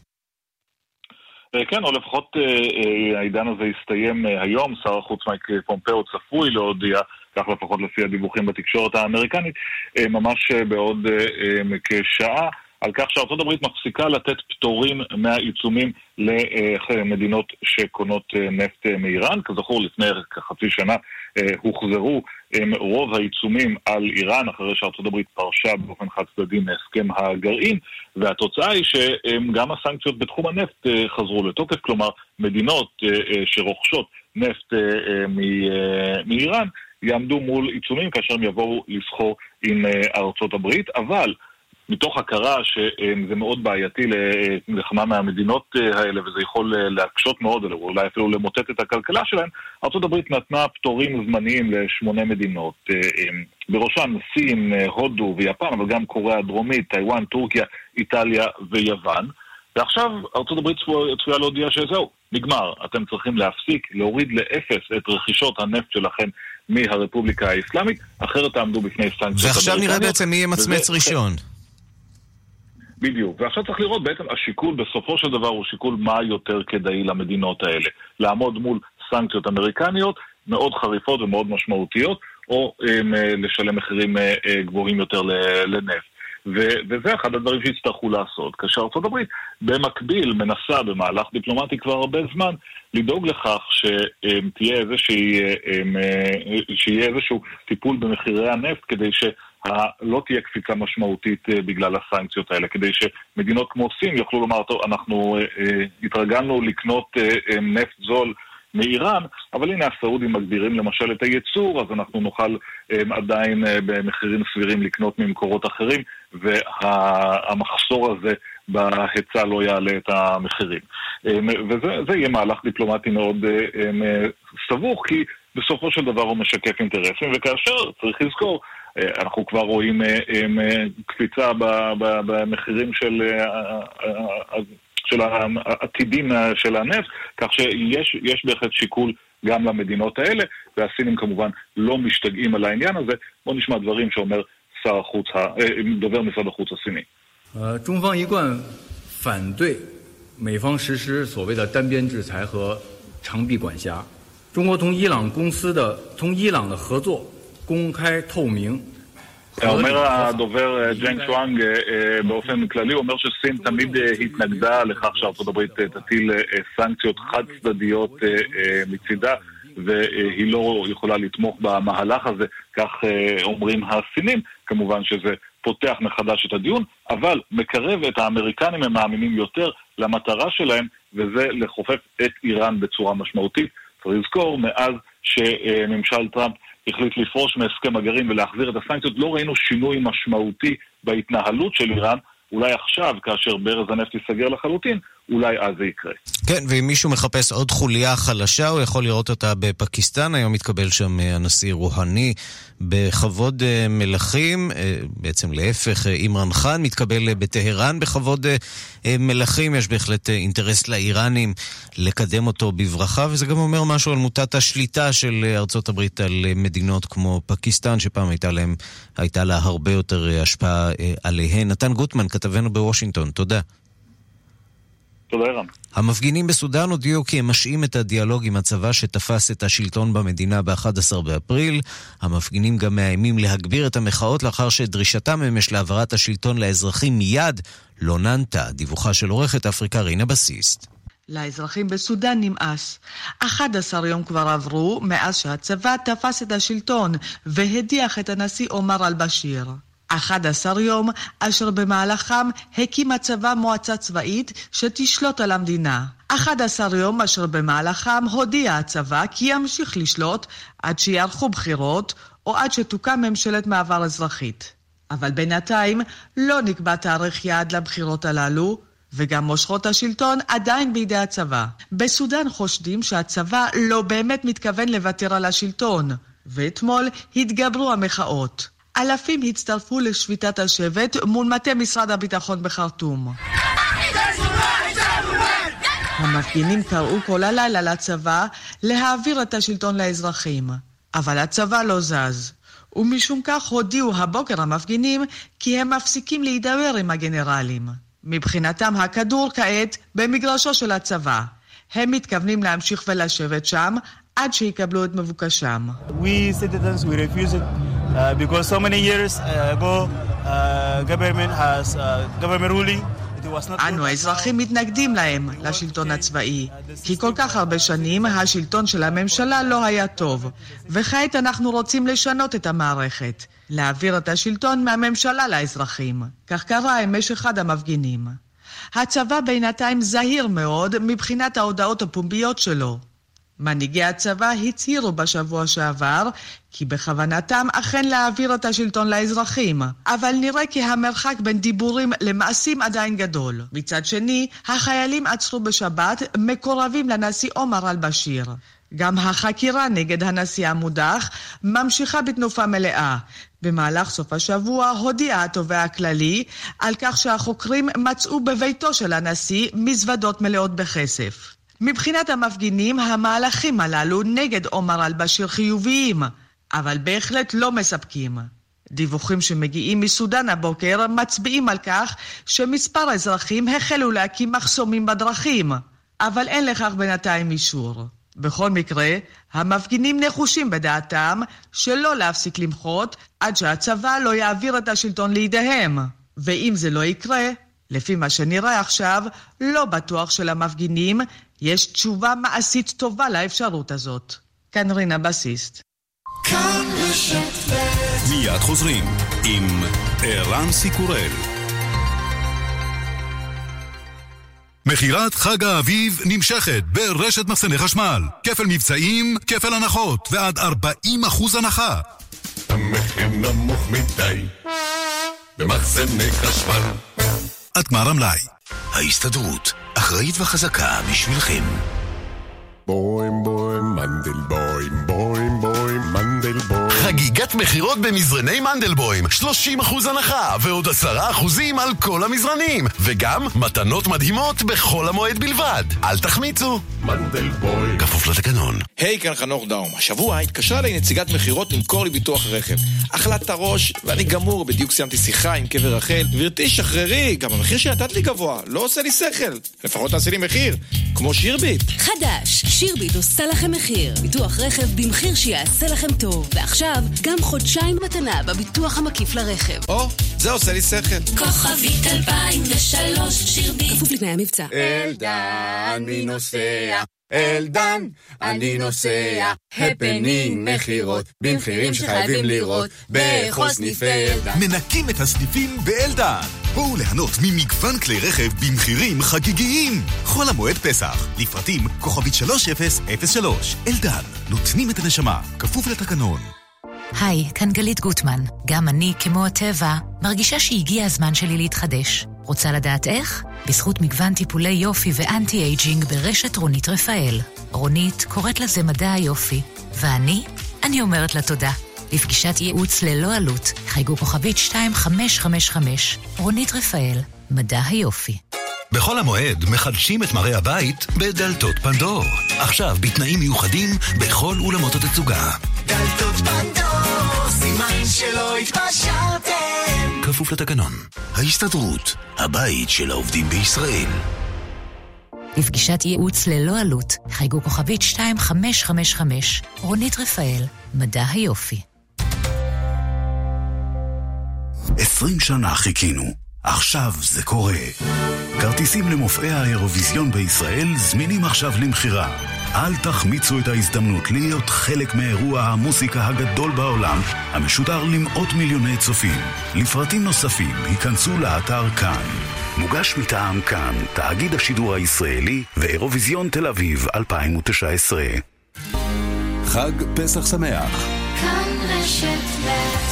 כן, או לפחות העידן הזה הסתיים היום. שר החוץ מייק פומפאו צפוי להודיע, כך לפחות לפי הדיווחים בתקשורת האמריקנית, ממש בעוד כשעה, על כך שארצות הברית מפסיקה לתת פטורים מהעיצומים למדינות שקונות נפט מאיראן. כזכור, לפני כחצי שנה הוחזרו רוב העיצומים על איראן, אחרי שארצות הברית פרשה באופן חד צדדי מהסכם הגרעין, והתוצאה היא שגם הסנקציות בתחום הנפט חזרו לתוקף, כלומר מדינות שרוכשות נפט מאיראן יעמדו מול עיצומים כאשר הם יבואו לסחור עם ארצות הברית, אבל מתוך הכרה שזה מאוד בעייתי לכמה מהמדינות האלה, וזה יכול להקשות מאוד, או אולי אפילו למוטט את הכלכלה שלהם, ארצות הברית נתנה פטורים זמניים לשמונה מדינות, בראשן סין, הודו ויפן, אבל גם קוריאה הדרומית, טיואן, טורקיה, איטליה ויוון. ועכשיו ארצות הברית צפויה להודיע שזהו, נגמר. אתם צריכים להפסיק, להוריד לאפס את רכישות הנפט שלכם מהרפובליקה האסלאמית, אחרת תעמדו בפני סנקציות אמריקניות. ועכשיו נראה בעצם מי יהיה מצמץ ראשון. בדיוק, ועכשיו צריך לראות בעצם השיקול בסופו של דבר הוא שיקול מה יותר כדאי למדינות האלה. לעמוד מול סנקציות אמריקניות מאוד חריפות ומאוד משמעותיות, או הם, לשלם מחירים גבוהים יותר לנפט. ו- וזה אחד הדברים שהצטרכו לעשות. כאשר ארצות הברית במקביל מנסה במהלך דיפלומטי כבר הרבה זמן לדאוג לכך שתהיה איזושהי, שיהיה איזשהו טיפול במחירי הנפט כדי שלא תהיה קפיצה משמעותית בגלל הסנקציות האלה, כדי שמדינות כמו סין יוכלו לומר, טוב, אנחנו התרגלנו לקנות נפט זול מאיראן, אבל הנה הסעודים מגבירים למשל את הייצור, אז אנחנו נוכל um, עדיין uh, במחירים סבירים לקנות ממקורות אחרים, והמחסור הזה בהיצע לא יעלה את המחירים. Um, וזה יהיה מהלך דיפלומטי מאוד uh, um, סבוך, כי בסופו של דבר הוא משקף אינטרסים, וכאשר צריך לזכור, uh, אנחנו כבר רואים uh, um, קפיצה במחירים של uh, uh, uh, של העתידים של הנפט, כך שיש יש בהחלט שיקול גם למדינות האלה, והסינים כמובן לא משתגעים על העניין הזה. בוא נשמע דברים שאומר שר החוץ, דובר משרד החוץ הסיני. 中方一贯反对美方实施所谓的单边制裁和长臂管辖。中国同伊朗公司的同伊朗的合作公开透明。 אומר הדובר ג'נג צ'ואנג באופן כללי, הוא אומר שסין תמיד התנגדה לכך שארצות הברית תטיל סנקציות חד צדדיות מצידה, והיא לא יכולה לתמוך במהלך הזה, כך אומרים הסינים. כמובן שזה פותח מחדש את הדיון, אבל מקרב את האמריקנים, הם מאמינים יותר למטרה שלהם, וזה לחופף את איראן בצורה משמעותית. צריך לזכור, מאז שממשל טראמפ החליט לפרוש מהסכם הגרעין ולהחזיר את הסנקציות, לא ראינו שינוי משמעותי בהתנהלות של איראן. אולי עכשיו, כאשר ברז הנפט ייסגר לחלוטין, אולי אז זה יקרה. כן, ואם מישהו מחפש עוד חוליה חלשה, הוא יכול לראות אותה בפקיסטן. היום מתקבל שם הנשיא רוהני בכבוד מלכים, בעצם להפך, אימרן חאן מתקבל בטהרן בכבוד מלכים. יש בהחלט אינטרס לאיראנים לקדם אותו בברכה, וזה גם אומר משהו על מוטת השליטה של ארצות הברית על מדינות כמו פקיסטן, שפעם הייתה להם, הייתה לה הרבה יותר השפעה עליהן. נתן גוטמן, כתבנו בוושינגטון, תודה. תודה רם. המפגינים בסודן הודיעו כי הם משאים את הדיאלוג עם הצבא שתפס את השלטון במדינה ב-אחד עשר באפריל. המפגינים גם מאיימים להגביר את המחאות לאחר שדרישתם אמש להעברת השלטון לאזרחים מיד לא נענתה. דיווחה של עורכת אפריקה רינה בסיסט. לאזרחים בסודן נמאס. אחד עשר יום כבר עברו מאז שהצבא תפס את השלטון והדיח את הנשיא עומר אל-בשיר. אחד עשר יום אשר במהלכם הקים הצבא מועצה צבאית שתשלוט על המדינה. אחד עשר יום אשר במהלכם הודיע הצבא כי ימשיך לשלוט עד שיערכו בחירות או עד שתוקם ממשלת מעבר אזרחית. אבל בינתיים לא נקבע תאריך יעד לבחירות הללו, וגם מושכות השלטון עדיין בידי הצבא. בסודן חושדים שהצבא לא באמת מתכוון לוותר על השלטון, ואתמול התגברו המחאות. אלפים הצטרפו לשביתת השבט מול מטה משרד הביטחון בחרטום. המפגינים קראו כל הלילה לצבא להעביר את השלטון לאזרחים, אבל הצבא לא זז. ומשום כך הודיעו הבוקר המפגינים כי הם מפסיקים להידבר עם הגנרלים. מבחינתם הכדור כעת במגרשו של הצבא. הם מתכוונים להמשיך ולשבת שם עד שיקבלו את מבוקשם. We citizens, we refuse it uh, because so many years ago uh, government has uh, government ruling. אנו האזרחים מתנגדים להם, לשלטון הצבאי, כי כל כך הרבה שנים השלטון של הממשלה לא היה טוב, וכעת אנחנו רוצים לשנות את המערכת, להעביר את השלטון מהממשלה לאזרחים. כך קרה עם אחד המפגינים. הצבא בינתיים זהיר מאוד מבחינת ההודעות הפומביות שלו. מנהיגי הצבא הצהירו בשבוע שעבר כי בכוונתם אכן להעביר את השלטון לאזרחים, אבל נראה כי המרחק בין דיבורים למעשים עדיין גדול. מצד שני, החיילים עצרו בשבת מקורבים לנשיא עומר אל-בשיר. גם החקירה נגד הנשיא המודח ממשיכה בתנופה מלאה. במהלך סוף השבוע הודיע התובע הכללי על כך שהחוקרים מצאו בביתו של הנשיא מזוודות מלאות בכסף. מבחינת המפגינים, המהלכים הללו נגד עומר אל-בשיר חיוביים, אבל בהחלט לא מספקים. דיווחים שמגיעים מסודן הבוקר מצביעים על כך שמספר אזרחים החלו להקים מחסומים בדרכים, אבל אין לכך בינתיים אישור. בכל מקרה, המפגינים נחושים בדעתם שלא להפסיק למחות עד שהצבא לא יעביר את השלטון לידיהם. ואם זה לא יקרה, לפי מה שנראה עכשיו, לא בטוח שלמפגינים יש תשובה מעשית טובה לאפשרות הזאת. כאן רינה בסיסט. מיד חוזרים עם ערן סיקורל. מחירת חג האביב נמשכת ברשת מחסני חשמל. כפל מבצעים, כפל הנחות ועד ארבעים אחוז הנחה. המחיר נמוך מדי במחסני חשמל. עד גמר המלאי. ההסתדרות, אחראית וחזקה בשבילכם. בוים בוים מנדלבוים, בוים בוים מנדלבוים. חגיגת מחירות במזרני מנדלבוים, שלושים אחוז הנחה ועוד עשרה אחוזים על כל המזרנים, וגם מתנות מדהימות בכל המועד בלבד. אל תחמיצו. מנדלבוים. כפוף לתקנון. היי, כאן חנוך דאום. השבוע התקשרה אליי נציגת מחירות למכור לי ביטוח רכב. אכלת את הראש ואני גמור, בדיוק סיימתי שיחה עם קבר רחל. גברתי, שחררי, גם המחיר שנתת לי גבוה, לא עושה לי שכל. לפחות תעשי לי מחיר, כמו שירביט. חדש, שירביט עושה לכם מחיר. ביטוח רכב במחיר שיעשה לכם טוב. ועכשיו, גם חודשיים מתנה בביטוח המקיף לרכב. או, זה עושה לי שכל. כוכבית אלפיים ושלוש שירביט. כפוף לתנאי המבצע. אלדן, מי נוסע? אלדן, אני נוסע. הפנינג מחירות, במחירים שחייבים לראות. בכל סניפי אלדן. מנקים את הסניפים באלדן. בואו ליהנות ממגוון כלי רכב במחירים חגיגיים. חול המועד פסח, לפרטים כוכבית שלוש אפס אפס שלוש. אלדן, נותנים את הנשמה, כפוף לתקנון. היי, כאן גלית גוטמן. גם אני, כמו הטבע, מרגישה שהגיע הזמן שלי להתחדש. רוצה לדעת איך? בזכות מגוון טיפולי יופי ואנטי-אייג'ינג ברשת רונית רפאל. רונית קוראת לזה מדע היופי. ואני? אני אומרת לה תודה. לפגישת ייעוץ ללא עלות, חייגו כוכבית שתיים חמש חמש חמש. רונית רפאל, מדע היופי. בכל המועד מחדשים את מראה הבית בדלתות פנדור. עכשיו בתנאים מיוחדים בכל אולמות התצוגה. דלתות פנדור, סימן שלא התפשרתם. כפוף לתקנון. ההסתדרות, הבית של העובדים בישראל. לפגישת ייעוץ ללא עלות, חייגו כוכבית שתיים חמש חמש חמש. רונית רפאל, מדע היופי. עשרים שנה חיכינו. עכשיו זה קורה. כרטיסים למופעי האירוויזיון בישראל זמינים עכשיו למחירה. אל תחמיצו את ההזדמנות להיות חלק מאירוע המוסיקה הגדול בעולם, המשודר למאות מיליוני צופים. לפרטים נוספים, היכנסו לאתר כאן. מוגש מטעם כאן, תאגיד השידור הישראלי ואירוויזיון תל אביב אלפיים ותשע עשרה. חג פסח שמח. כאן רשת ב'.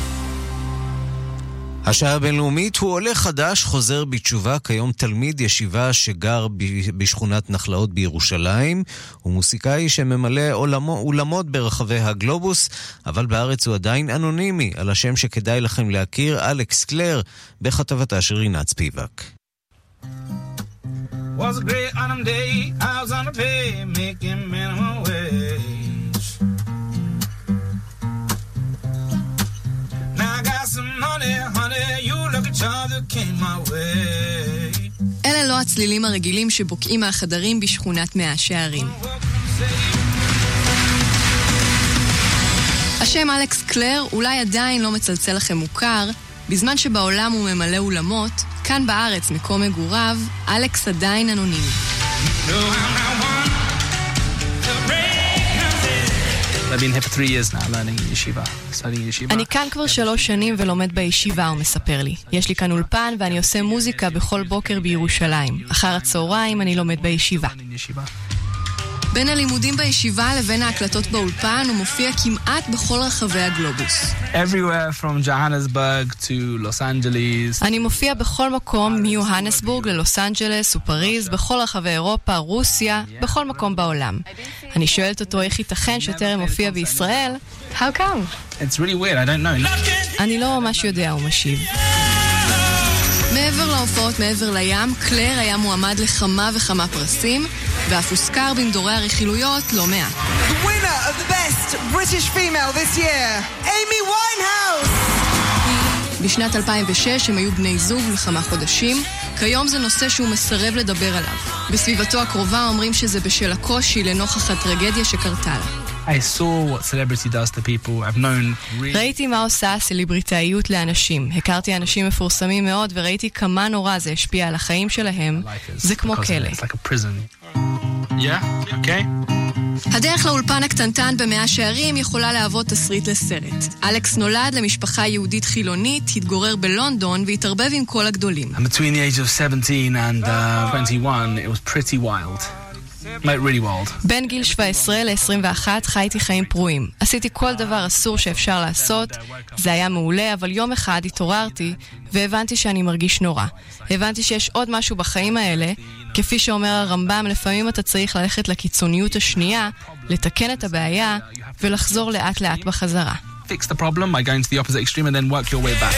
השעה הבינלאומית הוא עולה חדש, חוזר בתשובה, כיום תלמיד ישיבה שגר בשכונת נחלאות בירושלים. הוא מוסיקאי שממלא אולמות ברחבי הגלובוס, אבל בארץ הוא עדיין אנונימי, על השם שכדאי לכם להכיר, אלכס קלר, בכתבתה של רינת ספיבק. Was a great autumn day, I was on the pay, making minimum wage. Now I got some money, honey, you look at y'all that came my way. אלה לא הצלילים הרגילים שבוקעים מהחדרים בשכונת מאה שערים. השם אלכס קלר אולי עדיין לא מצלצל לכם מוכר, בזמן שבעולם הוא ממלא אולמות, כאן בארץ, מקום מגוריו, אלכס עדיין אנונימי. I've been here for three years now, learning yeshiva, studying yeshiva. אני כאן כבר שלוש שנים ולומד בישיבה, הוא מספר לי. יש לי כאן אולפן ואני עושה מוזיקה בכל בוקר בירושלים. אחר הצהריים אני לומד בישיבה. בין הלימודים בישיבה לבין ההקלטות באולפן הוא מופיע כמעט בכל רחבי הגלובוס. Everywhere from Johannesburg to Los Angeles. אני מופיע בכל מקום, מיוהנסבורג ללוס אנג'לס ופריז, בכל רחבי אירופה, רוסיה, בכל מקום בעולם. אני שואלת אותו איך ייתכן שטרם מופיע בישראל. How come? It's really weird, I don't know. אני לא ממש יודע, הוא משיב. מעבר להופעות מעבר לים, קלר היה מועמד לכמה וכמה פרסים, ואף הוזכר במדורי הרכילויות לא מעט. The winner of the best British female this year, Amy Winehouse! בשנת אלפיים ושש הם היו בני זוג לכמה חודשים, כיום זה נושא שהוא מסרב לדבר עליו. בסביבתו הקרובה אומרים שזה בשל הקושי לנוכח הטרגדיה שקרתה לה. I saw what celebrity does to people. I've known really... ראיתי מה עושה הסלבריטאיות לאנשים. הכרתי אנשים מפורסמים מאוד וראיתי כמה נורא זה השפיע על החיים שלהם. זה כמו כלא. It's like a prison. Yeah, okay. הדרך לאולפן הקטנטן במאה שערים יכולה להוות תסריט לסרט. אלכס נולד למשפחה יהודית חילונית, התגורר בלונדון והתערבב עם כל הגדולים. And between the age of seventeen and uh, twenty-one, it was pretty wild. Like really wild. בין גיל שבע עשרה ל-עשרים ואחת חייתי חיים פרועים. עשיתי כל דבר אסור שאפשר לעשות. זה היה מעולה, אבל יום אחד התעוררתי והבנתי שאני מרגיש נורא. הבנתי שיש עוד משהו בחיים האלה. כפי שאומר הרמב"ם, לפעמים אתה צריך ללכת לקיצוניות השנייה, לתקן את הבעיה ולחזור לאט לאט בחזרה. Fix the problem by going to the opposite extreme and then work your way back.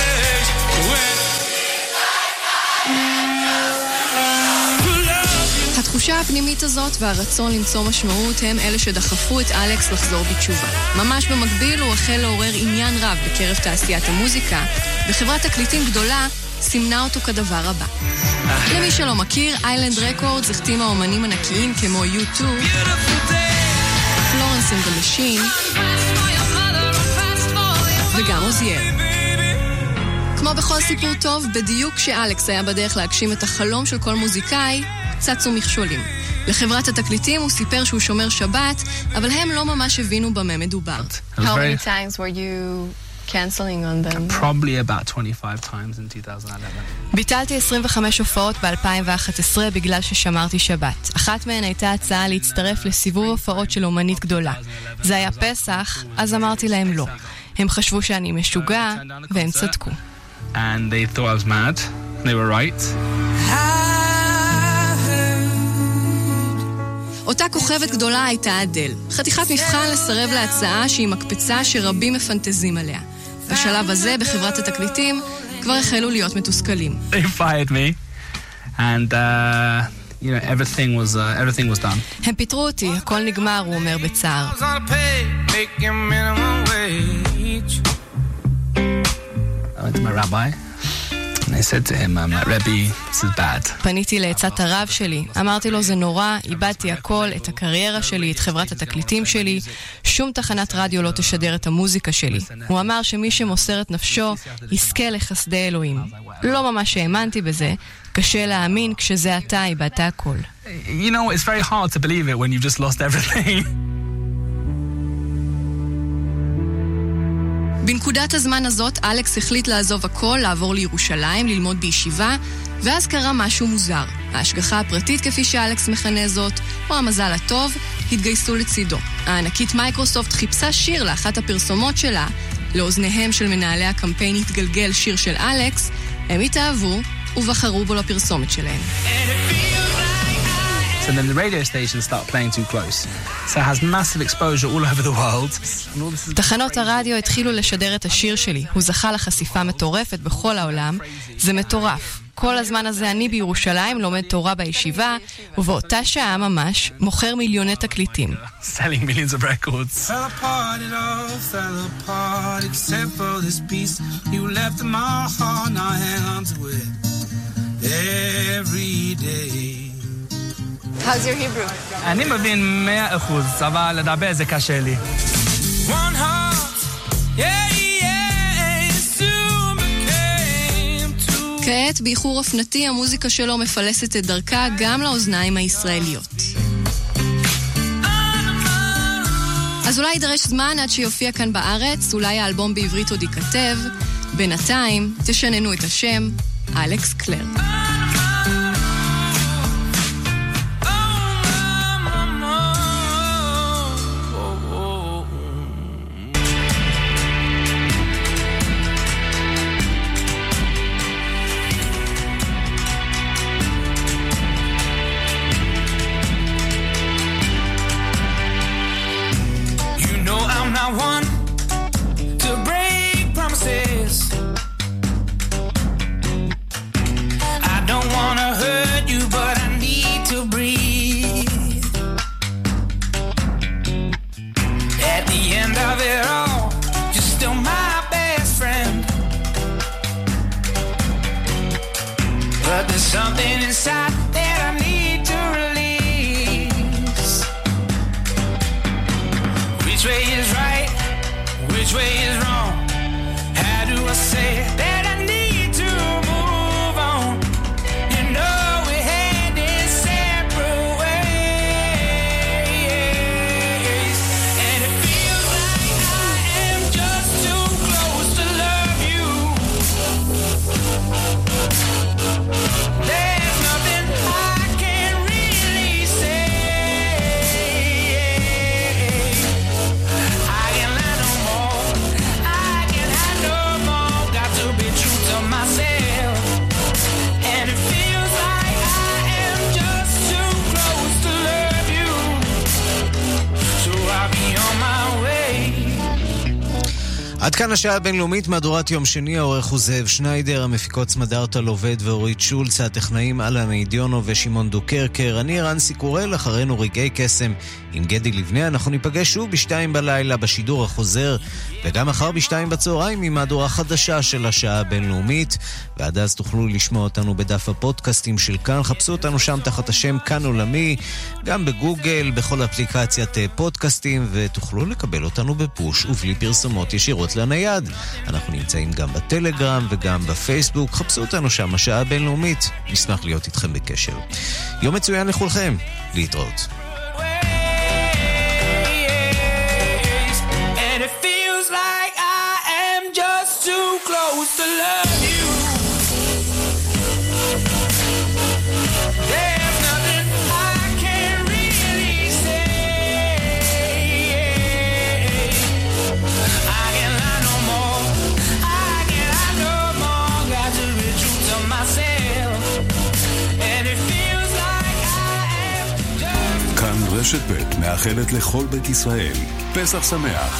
התחושה הפנימית הזאת והרצון למצוא משמעות הם אלה שדחפו את אלכס לחזור בתשובה. ממש במקביל הוא החל לעורר עניין רב בקרב תעשיית המוזיקה, וחברת תקליטים גדולה סימנה אותו כדבר הבא. למי שלא מכיר, איילנד רקורדס החתימה אומנים ענקיים כמו יו טו, פלורנס אנד דה משין, וגם עוזייר. כמו בכל סיפור טוב, בדיוק כשאלכס היה בדרך להגשים את החלום של כל מוזיקאי, צצו מכשולים. לחברת התקליטים הוא סיפר שהוא שומר שבת, אבל הם לא ממש הבינו במה מדובר. How many times were you canceling on them? Probably about twenty-five times in twenty eleven. ביטלתי עשרים וחמש הופעות ב-אלפיים ואחת עשרה בגלל ששמרתי שבת. אחת מהן הייתה הצעה להצטרף לסיבוב הופעות של אומנית גדולה. זה היה פסח, אז אמרתי להם לא. הם חשבו שאני משוגע, והם צדקו. And they thought I was mad. They were right. אותה כוכבת גדולה הייתה אדל. חתיכת מבחן לסרב להצעה שהיא מקפצה שרבים מפנטזים עליה. בשלב הזה, בחברת התקליטים, כבר החלו להיות מתוסכלים. They fired me. And, uh, you know, everything was, uh, everything was done. הם פיטרו אותי, הכל נגמר, הוא אומר בצער. I went to my rabbi. And I said to him, um, Rebbe, this is bad. פניתי לעצת הרב שלי. אמרתי לו, זה נורא, איבדתי הכל, את הקריירה שלי, את חברת התקליטים שלי. שום תחנת רדיו לא תשדר את המוזיקה שלי. הוא אמר שמי שמוסר את נפשו, יזכה לחסדי אלוהים. לא ממש האמנתי בזה. קשה להאמין כשזה אתה איבדת הכל. You know, it's very hard to believe it when you've just lost everything. בנקודת הזמן הזאת, אלכס החליט לעזוב הכל, לעבור לירושלים, ללמוד בישיבה, ואז קרה משהו מוזר. ההשגחה הפרטית, כפי שאלכס מכנה זאת, או המזל הטוב, התגייסו לצידו. הענקית מייקרוסופט חיפשה שיר לאחת הפרסומות שלה, לאוזניהם של מנהלי הקמפיין התגלגל שיר של אלכס, הם התאהבו ובחרו בו לפרסומת שלהם. So then the radio stations start playing too close. So it has massive exposure all over the world. תחנות הרדיו התחילו לשדר את השיר שלי. הוא זכה לחשיפה מטורפת בכל העולם. זה מטורף. כל הזמן הזה אני בירושלים לומד תורה בישיבה, ובאותה שעה ממש מוכר מיליוני תקליטים. Selling millions of records. Fell apart, it all fell apart except for this piece you left in my heart. Now hang on to it every day. How's your Hebrew? אני מבין מאה אחוז, אבל לדבר זה קשה לי. One heart, yeah, yeah, soon became two. כעת, באיחור אופנתי, המוזיקה שלו מפלסת את דרכה גם לאוזניים הישראליות. אז אולי ידרש זמן עד שיופיע כאן בארץ, אולי האלבום בעברית עוד ייכתב. בינתיים, תשננו את השם, אלכס קלר. Something inside that I need to release. Which way is right? Which way is wrong? How do I say that I need to move on? You know we had this separate ways, and it feels like I am just too close to love you. There's nothing I can really say. I can lie no more. I can hide no more. Got to be true to myself. And it feels like I am just too close to love you. So I'll be on my way. עד כאן השעה הבינלאומית, מהדורת יום שני, העורך הוא זאב שניידר, המפיקות סמדארטה לובד ואורית שולץ, הטכנאים אלן אידיונו ושמעון דוקרקר. אני רנסי קורל, אחרינו רגעי קסם עם גדי לבנה. אנחנו ניפגש שוב בשתיים בלילה בשידור החוזר, וגם מחר בשתיים בצהריים עם מהדורה חדשה של השעה הבינלאומית, ועד אז תוכלו לשמוע אותנו בדף הפודקאסטים של כאן. חפשו אותנו שם תחת השם כאן עולמי, גם בגוגל, בכל אפליקציית פודקאסטים, ותוכלו לקבל אותנו בפוש ובלי פרסומות ישירות לנייד. אנחנו נמצאים גם בטלגרם וגם בפייסבוק. חפשו אותנו שם, השעה הבינלאומית. נשמח להיות איתכם בקשר. יום מצוין לכולכם, להתראות. And it feels like I am just too close to love you. There's nothing I can really say. I can lie no more. I can lie no more. Got to be true to myself. And it feels like I am just... כאן רשת ב' מאחלת לכל בית ישראל פסח שמח.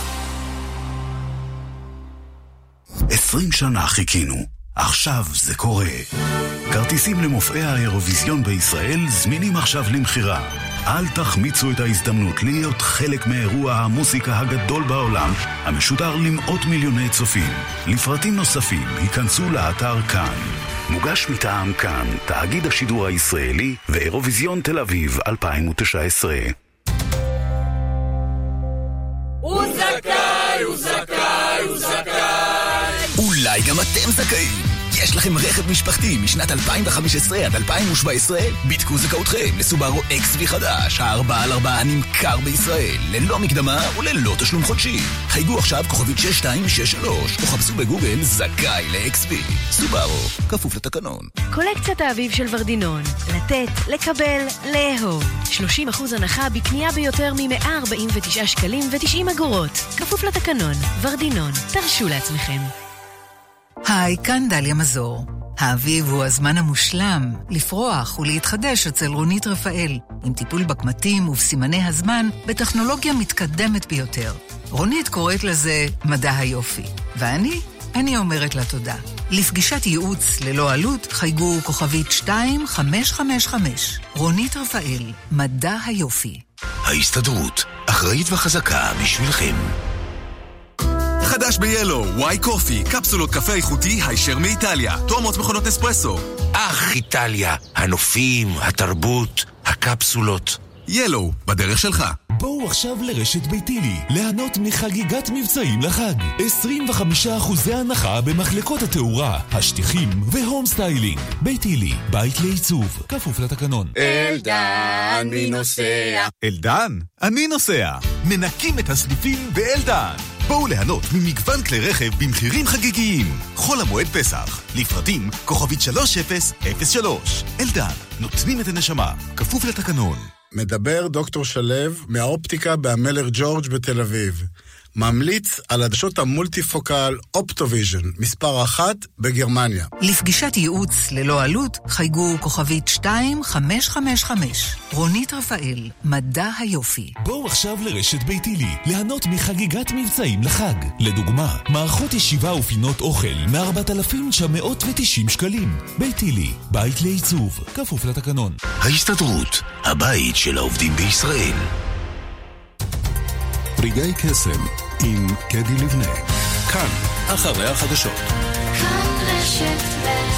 עשרים שנה חיכינו, עכשיו זה קורה. כרטיסים למופעי האירוויזיון בישראל זמינים עכשיו למחירה. אל תחמיצו את ההזדמנות להיות חלק מאירוע המוסיקה הגדול בעולם, המשודר למאות מיליוני צופים. לפרטים נוספים היכנסו לאתר כאן. מוגש מטעם כאן, תאגיד השידור הישראלי ואירוויזיון תל אביב אלפיים ותשע עשרה. הוא זכאי, הוא זכאי, הוא זכאי. אולי גם אתם זכאים. יש לכם רכב משפחתי משנת אלפיים וחמש עשרה עד אלפיים שבע עשרה? בדקו זכאותכם לסובארו אקס וי חדש, הארבע על ארבע נמכר בישראל, ללא מקדמה וללא תשלום חודשי. חייגו עכשיו כוכבית שש שתיים שש שלוש, או חפשו בגוגל זכאי ל-אקס וי. סובארו, כפוף לתקנון. קולקציית האביב של ורדינון. לתת, לקבל, לאהוב. שלושים אחוז הנחה בקנייה ביותר מ-מאה ארבעים ותשעה שקלים ו-תשעים אגורות. כפוף לתקנון. ורדינון. תרשו לעצמכם. היי, כאן דליה מזור. האביב הוא הזמן המושלם לפרוח ולהתחדש אצל רונית רפאל, עם טיפול בקמטים ובסימני הזמן בטכנולוגיה מתקדמת ביותר. רונית קוראת לזה מדע היופי, ואני, אני אומרת לה תודה. לפגישת ייעוץ ללא עלות חייגו כוכבית שתיים חמש חמש חמש. רונית רפאל, מדע היופי. ההסתדרות, אחראית וחזקה בשבילכם. חדש ב-Yellow, וואי קופי, קפסולות קפה איכותי הישר מאיטליה, תואמות מכונות אספרסו. אך איטליה, הנופים, התרבות, הקפסולות. Yellow, בדרך שלך. בואו עכשיו לרשת ביתילי, ליהנות מחגיגת מבצעים לחג. עשרים וחמישה אחוז הנחה במחלקות התאורה, השטיחים והום סטיילינג. ביתילי, בית לעיצוב, כפוף לתקנון. אלדן, מי נוסע? אלדן, אני נוסע. מנקים את הסניפים באלדן. בואו ליהנות ממגוון כלי רכב במחירים חגיגיים. חול המועד פסח, לפרטים כוכבית שלוש אפס אפס שלוש. אלדן, נותנים את הנשמה, כפוף לתקנון. מדבר דוקטור שלב מהאופטיקה באמלר ג'ורג' בתל אביב. ממליץ על עדשות המולטיפוקל אופטוויז'ן, מספר אחת בגרמניה. לפגישת ייעוץ ללא עלות חייגו כוכבית שתיים חמש חמש חמש. רונית רפאל, מדע היופי. בואו עכשיו לרשת ביתילי, ליהנות מחגיגת מבצעים לחג. לדוגמה, מערכות ישיבה ופינות אוכל מ-ארבעת אלפים תשע מאות ותשעים שקלים. ביתילי, בית לעיצוב, כפוף לתקנון. ההסתדרות, הבית של העובדים בישראל. רגעי קסם עם קדי לבנה. כאן, אחרי החדשות. כאן רשת ב'